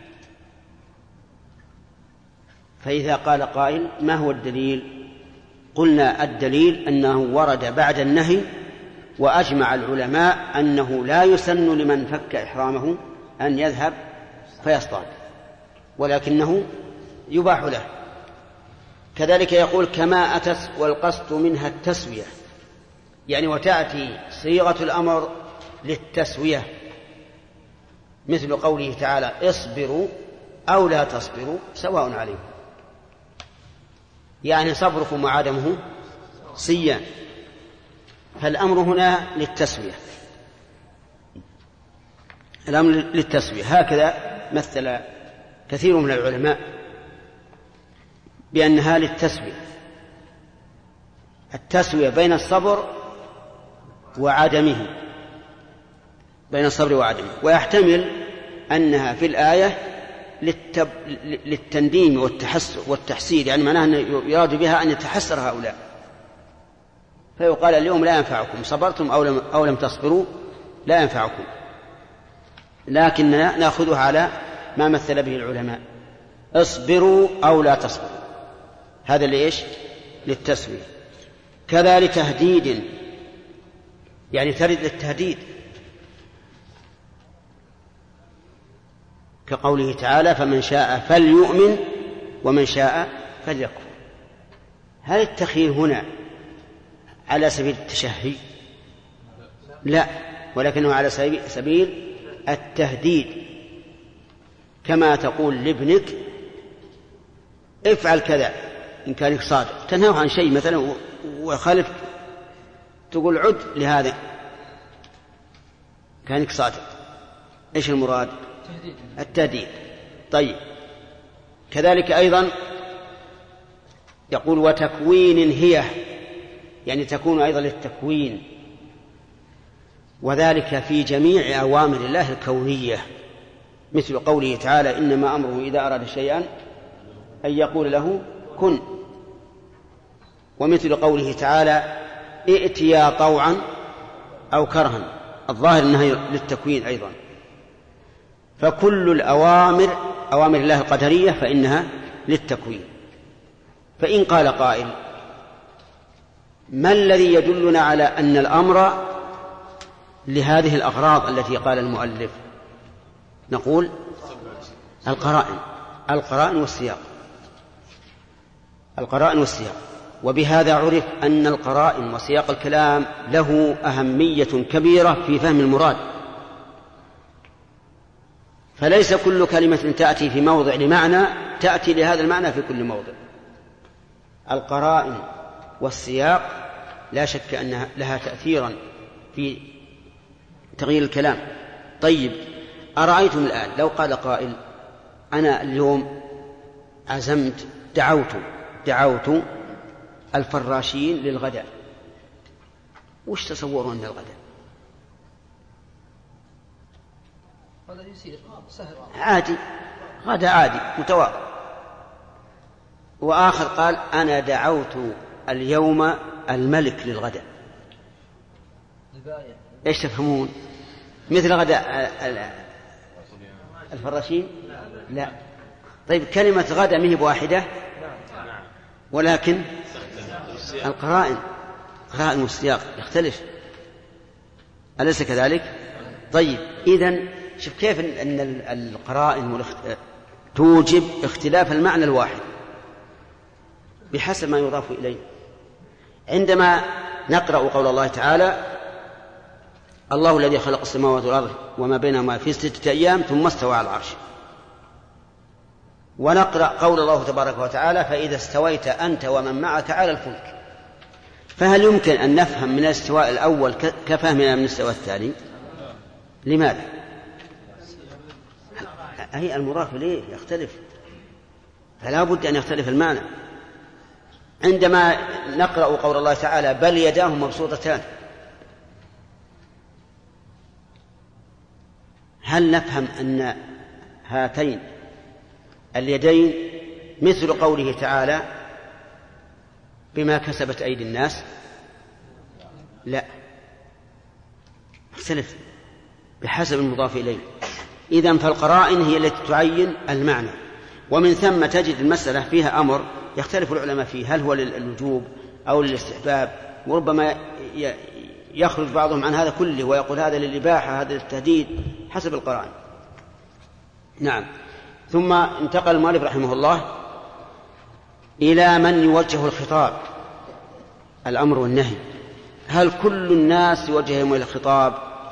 فإذا قال قائل ما هو الدليل؟ قلنا الدليل أنه ورد بعد النهي، وأجمع العلماء أنه لا يسن لمن فك إحرامه أن يذهب فيصطاد، ولكنه يباح له. كذلك يقول كما أتت والقصد منها التسوية، يعني وتأتي صيغة الأمر للتسوية، مثل قوله تعالى اصبروا أو لا تصبروا سواء عليكم، يعني صبركم وعدمه سيان. فالأمر هنا للتسوية، الأمر للتسوية. هكذا مثل كثير من العلماء بأنها للتسوية، التسوية بين الصبر وعدمه، بين الصبر وعدمه. ويحتمل أنها في الآية للتنديم والتحسير، يعني معناها أن يراد بها أن يتحسر هؤلاء، فيقال اليوم لا ينفعكم، صبرتم أو لم تصبروا لا ينفعكم. لكننا نأخذها على ما مثل به العلماء، اصبروا أو لا تصبروا، هذا ليش؟ للتسوية. كذلك تهديد، يعني ترد للتهديد، كقوله تعالى فمن شاء فليؤمن ومن شاء فليكفر. هل التخيير هنا على سبيل التشهي؟ لا، ولكنه على سبيل التهديد، كما تقول لابنك افعل كذا إن كان صادق، تنهاه عن شيء مثلا وخالف، تقول عد لهذا كانك صادق. إيش المراد؟ التهديد. طيب كذلك أيضا يقول وتكوين هي، يعني تكون أيضا للتكوين، وذلك في جميع أوامر الله الكونية، مثل قوله تعالى إنما أمره إذا أراد شيئا أن يقول له كن، ومثل قوله تعالى ائتيا طوعا أو كرها، الظاهر أنها للتكوين أيضا. فكل الأوامر أوامر الله القدرية فإنها للتكوين. فإن قال قائل ما الذي يدلنا على أن الأمر لهذه الأغراض التي قال المؤلف؟ نقول القرائن والسياق، القرائن والسياق. وبهذا عرف أن القرائن وسياق الكلام له أهمية كبيرة في فهم المراد، فليس كل كلمة تأتي في موضع لمعنى تأتي لهذا المعنى في كل موضع. القرائن والسياق لا شك أنها لها تأثيرا في تغيير الكلام. طيب أرأيتم الآن لو قال قائل أنا اليوم عزمت دعوت الفراشين للغداء، وش تصورون من الغداء؟ هذا يصير سهل عادي، غداء عادي متواضع. وآخر قال أنا دعوت اليوم الملك للغداء، إيش تفهمون؟ مثل غداء الفراشين؟ لا. طيب كلمة غدا مهي بواحدة، ولكن القرائن والسياق يختلف، أليس كذلك؟ طيب إذن شوف كيف أن القرائن توجب اختلاف المعنى الواحد بحسب ما يضاف إليه. عندما نقرأ قول الله تعالى الله الذي خلق السماوات والأرض وما بينهما في 6 أيام ثم استوى على العرش، ونقرأ قول الله تبارك وتعالى فإذا استويت أنت ومن معك على الفلك. فهل يمكن أن نفهم من الاستواء الأول كفهمنا من الاستواء الثاني؟ لماذا؟ هي المضاف إليه يختلف، فلا بد أن يختلف المعنى. عندما نقرأ قول الله تعالى بل يداه مبسوطتان، هل نفهم أن هاتين اليدين مثل قوله تعالى بما كسبت أيدي الناس؟ لا، اختلف بحسب المضاف إليه. إذن فالقرائن هي التي تعين المعنى، ومن ثم تجد المسألة فيها أمر يختلف العلماء فيه، هل هو للوجوب أو للاستحباب، وربما يخرج بعضهم عن هذا كله ويقول هذا للإباحة هذا للتهديد حسب القرائن. نعم. ثم انتقل المؤلف رحمه الله إلى من يوجه الخطاب، الأمر والنهي. هل كل الناس يوجههم إلى الخطاب،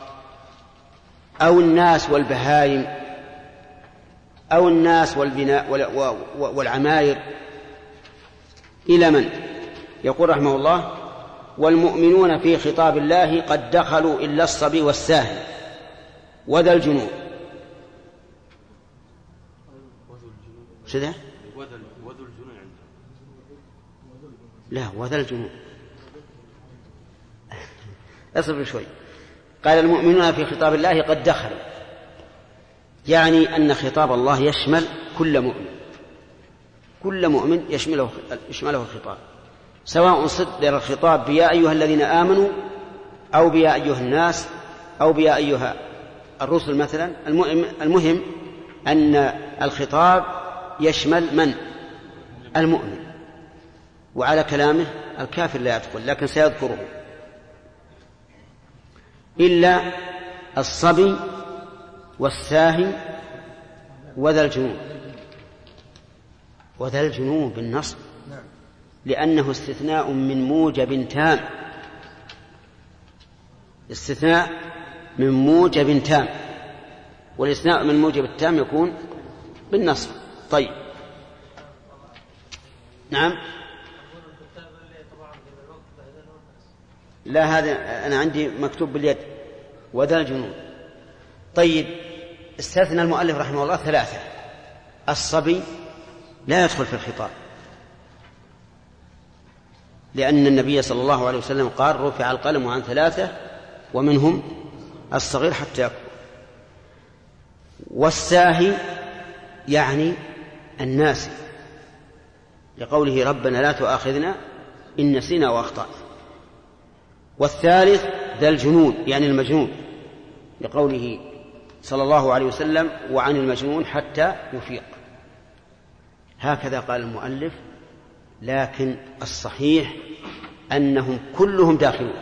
أو الناس والبهائم، أو الناس والبناء والعماير؟ إلى من؟ يقول رحمه الله والمؤمنون في خطاب الله قد دخلوا إلا الصبي والساهل وذا الجنون. شذا؟ وذو الجنون عنده. لا، وذا الجنون. اصبر شوي. قال المؤمنون في خطاب الله قد دخلوا، يعني أن خطاب الله يشمل كل مؤمن، كل مؤمن يشمله الخطاب، سواء صدر الخطاب بيا أيها الذين آمنوا أو بيا أيها الناس أو بيا أيها الرسل مثلا. المهم أن الخطاب يشمل من؟ المؤمن. وعلى كلامه الكافر لا يدخل، لكن سيذكره. إلا الصبي والساهي وذا الجنون. وذا الجنون بالنصب، لأنه استثناء من موجب تام، استثناء من موجب تام، والاستثناء من موجب التام يكون بالنصب. طيب. نعم. لا، هذا أنا عندي مكتوب باليد وذا الجنون. طيب، استثنى المؤلف رحمه الله ثلاثة. الصبي لا يدخل في الخطاب، لأن النبي صلى الله عليه وسلم قال رفع القلم عن ثلاثة ومنهم الصغير حتى يكبر. والساهي يعني الناس، لقوله ربنا لا تؤاخذنا إن نسينا وأخطأنا. والثالث ذا الجنون يعني المجنون، لقوله صلى الله عليه وسلم وعن المجنون حتى يفيق. هكذا قال المؤلف، لكن الصحيح أنهم كلهم داخلون،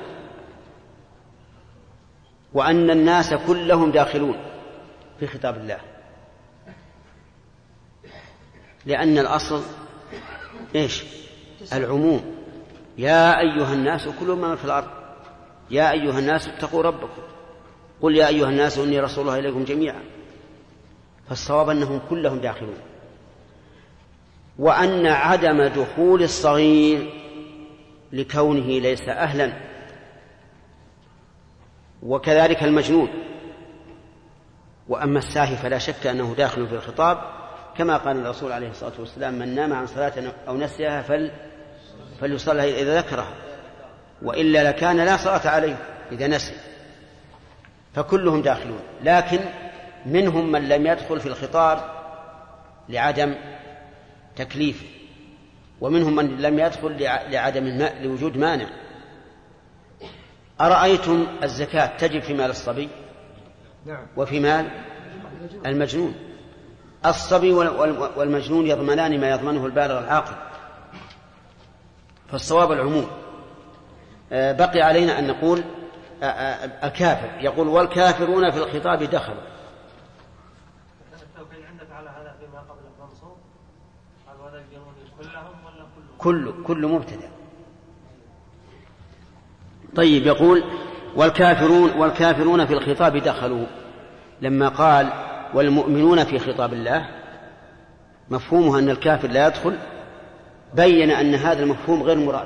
وأن الناس كلهم داخلون في خطاب الله، لأن الأصل إيش؟ العموم. يا أيها الناس كلوا ما في الأرض، يا أيها الناس اتقوا ربكم، قل يا أيها الناس إني رسول الله إليكم جميعا. فالصواب أنهم كلهم داخلون، وأن عدم دخول الصغير لكونه ليس أهلا، وكذلك المجنون. وأما الساهي فلا شك أنه داخل في الخطاب، كما قال الرسول عليه الصلاة والسلام من نام عن صلاة أو نسيها فليصلها إذا ذكرها، وإلا لكان لا صلاة عليه إذا نسي. فكلهم داخلون، لكن منهم من لم يدخل في الخطاب لعدم تكليفه، ومنهم من لم يدخل لوجود مانع. أرأيتم الزكاة تجب في مال الصبي وفي مال المجنون. الصبي والمجنون يضمنان ما يضمنه البالغ العاقل، فالصواب العموم. بقي علينا أن نقول الكافر، يقول والكافرون في الخطاب دخلوا. التوكيل عندك على هذا فيما قبل المنصوب، هذا الجنون كلهم ولا كل مبتدأ. طيب، يقول والكافرون في الخطاب دخلوا، لما قال والمؤمنون في خطاب الله مفهومها أن الكافر لا يدخل، بين أن هذا المفهوم غير مراد.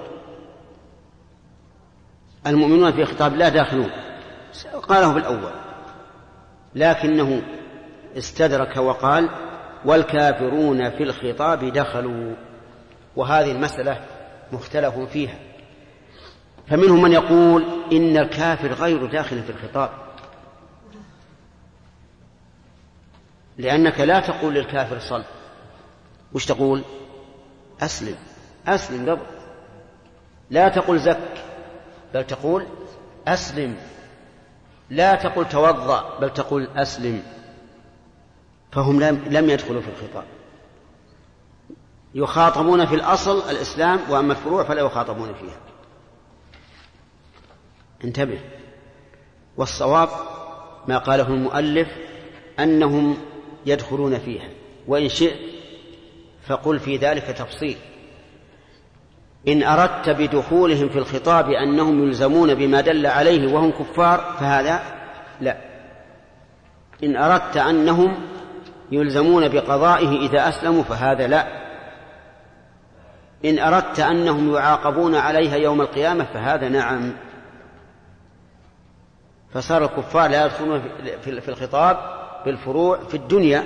المؤمنون في خطاب الله داخلون، قاله بالأول، لكنه استدرك وقال والكافرون في الخطاب دخلوا، وهذه المسألة مختلف فيها. فمنهم من يقول إن الكافر غير داخل في الخطاب، لأنك لا تقول للكافر صل، وش تقول؟ أسلم، أسلم قبل، لا تقول زك، بل تقول أسلم، لا تقول توضأ، بل تقول أسلم. فهم لم يدخلوا في الخطاب، يخاطبون في الأصل الإسلام، وأما الفروع فلا يخاطبون فيها. انتبه. والصواب ما قاله المؤلف أنهم يدخلون فيها، وإن شئت فقل في ذلك تفصيل. إن أردت بدخولهم في الخطاب أنهم يلزمون بما دل عليه وهم كفار فهذا لا. إن أردت أنهم يلزمون بقضائه إذا أسلموا فهذا لا. إن أردت أنهم يعاقبون عليها يوم القيامة فهذا نعم. فصار الكفار لا يدخلون في الخطاب بالفروع في الدنيا،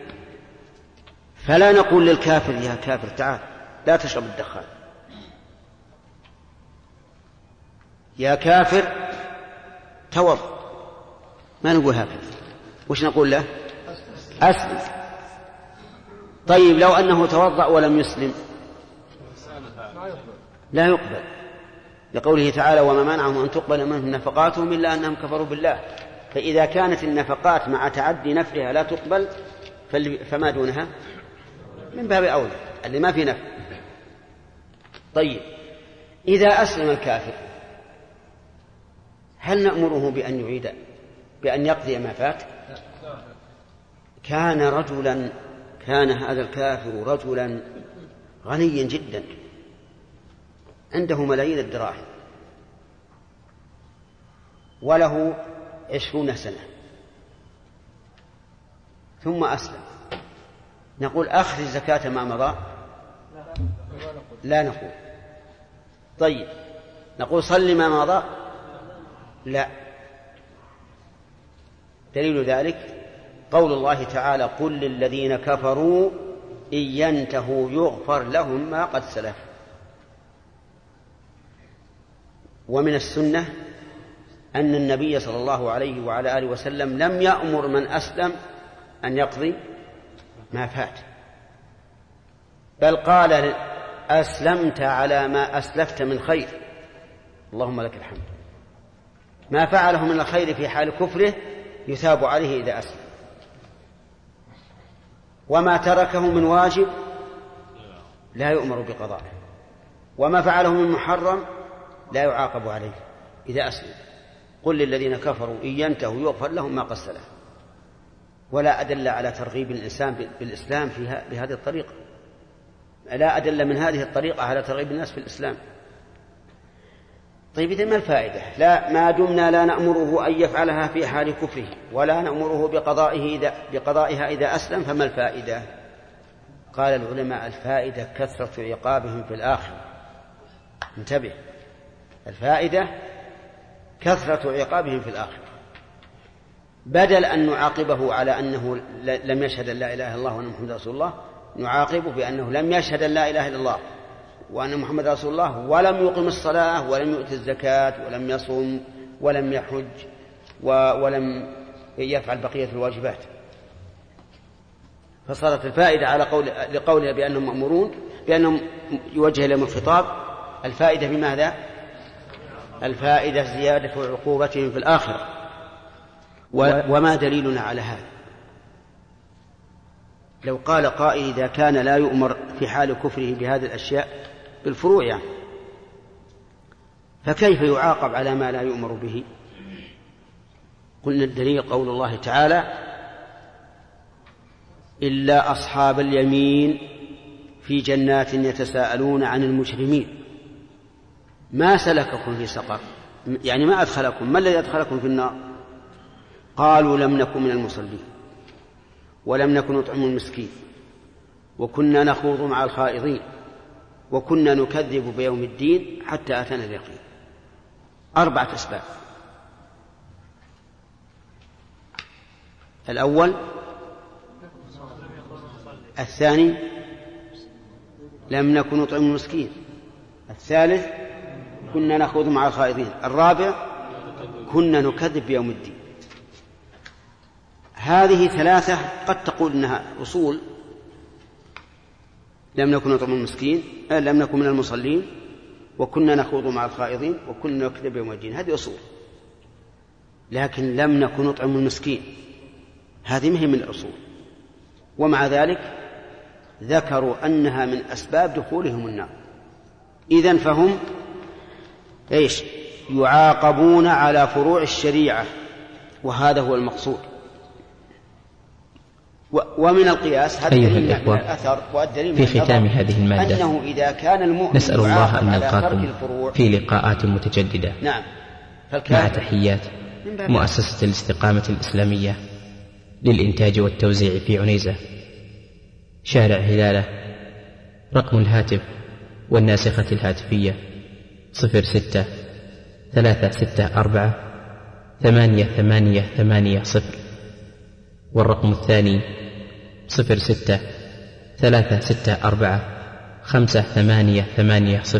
فلا نقول للكافر يا كافر تعال لا تشرب الدخان، يا كافر توض، ما نقول هكذا. وش نقول له؟ أسلم. طيب لو أنه توضأ ولم يسلم لا يقبل، لقوله تعالى وما منعهم أن تقبل منهم نفقاتهم إلا أنهم كفروا بالله. فإذا كانت النفقات مع تعدي نفعها لا تقبل فما دونها من باب أولى اللي ما في نفع. طيب إذا أسلم الكافر هل نأمره بأن يعيد بأن يقضي ما فات؟ كان هذا الكافر رجلا غنيا جدا عنده ملايين الدراهم وله 20 سنة ثم أسلم، نقول أخرج زكاة ما مضى؟ لا نقول. طيب نقول صل ما مضى؟ لا. دليل ذلك قول الله تعالى قل للذين كفروا إن ينتهوا يغفر لهم ما قد سلف. ومن السنة أن النبي صلى الله عليه وعلى آله وسلم لم يأمر من أسلم أن يقضي ما فات، بل قال أسلمت على ما أسلفت من خير اللهم لك الحمد. ما فعله من الخير في حال كفره يثاب عليه إذا أسلم، وما تركه من واجب لا يؤمر بقضائه، وما فعله من محرم لا يعاقب عليه إذا أسلم. قل للذين كفروا إن ينتهوا يغفر لهم ما قد سلف. ولا أدل على ترغيب الإنسان بالإسلام بهذه الطريقة، لا أدل من هذه الطريقة على ترغيب الناس في الإسلام. طيب إذن ما الفائدة؟ لا، ما دمنا لا نأمره أن يفعلها في حال كفره ولا نأمره بقضائها إذا أسلم فما الفائدة؟ قال العلماء الفائدة كثرة عقابهم في الآخرة. انتبه، الفائدة كثرة عقابهم في الآخرة، بدل أن نعاقبه على أنه لم يشهد أن لا إله إلا الله وأن محمد رسول الله، نعاقبه بأنه لم يشهد أن لا إله إلا الله وأن محمد رسول الله ولم يقم الصلاة ولم يؤتي الزكاة ولم يصم ولم يحج ولم يفعل بقية الواجبات. فصارت الفائدة على لقولنا بأنهم مأمورون بأنهم يوجه لهم الخطاب، الفائدة بماذا؟ الفائدة زيادة عقوبتهم في الآخرة. وما دليلنا على هذا؟ لو قال قائل إذا كان لا يؤمر في حال كفره بهذه الأشياء بالفروع يعني، فكيف يعاقب على ما لا يؤمر به؟ قلنا الدليل قول الله تعالى إلا أصحاب اليمين في جنات يتساءلون عن المجرمين ما سلككم في سقر، يعني ما أدخلكم، ما الذي أدخلكم في النار؟ قالوا لم نكن من المصلين ولم نكن نطعم المسكين وكنا نخوض مع الخائضين وكنا نكذب بيوم الدين حتى أتانا اليقين. 4 أسباب. الأول الثاني لم نكن نطعم المسكين. الثالث كنا نخوض مع الخائضين. الرابع كنا نكذب بيوم الدين. هذه 3 قد تقول إنها أصول، لم نكن نطعم المسكين، لم نكن من المصلين، وكنا نخوض مع الخائضين، وكنا نكذب بيوم الدين. هذه أصول. لكن لم نكن نطعم المسكين هذه مهم من الأصول، ومع ذلك ذكروا أنها من أسباب دخولهم النار. إذن فهم يعاقبون على فروع الشريعة، وهذا هو المقصود. ومن القياس هذا الدليل من الأثر، والدليل في ختام هذه المادة أنه إذا كان المؤمن نسأل الله أن على ترك نلقاكم الفروع في لقاءات متجددة. نعم. مع تحيات مؤسسة الاستقامة الإسلامية للإنتاج والتوزيع في عنيزة، شارع هلالة. رقم الهاتف والناسخة الهاتفية 06-364-8880، والرقم الثاني 06-364-5880،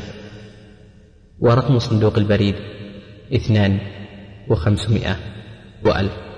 ورقم صندوق البريد 2500 و1000.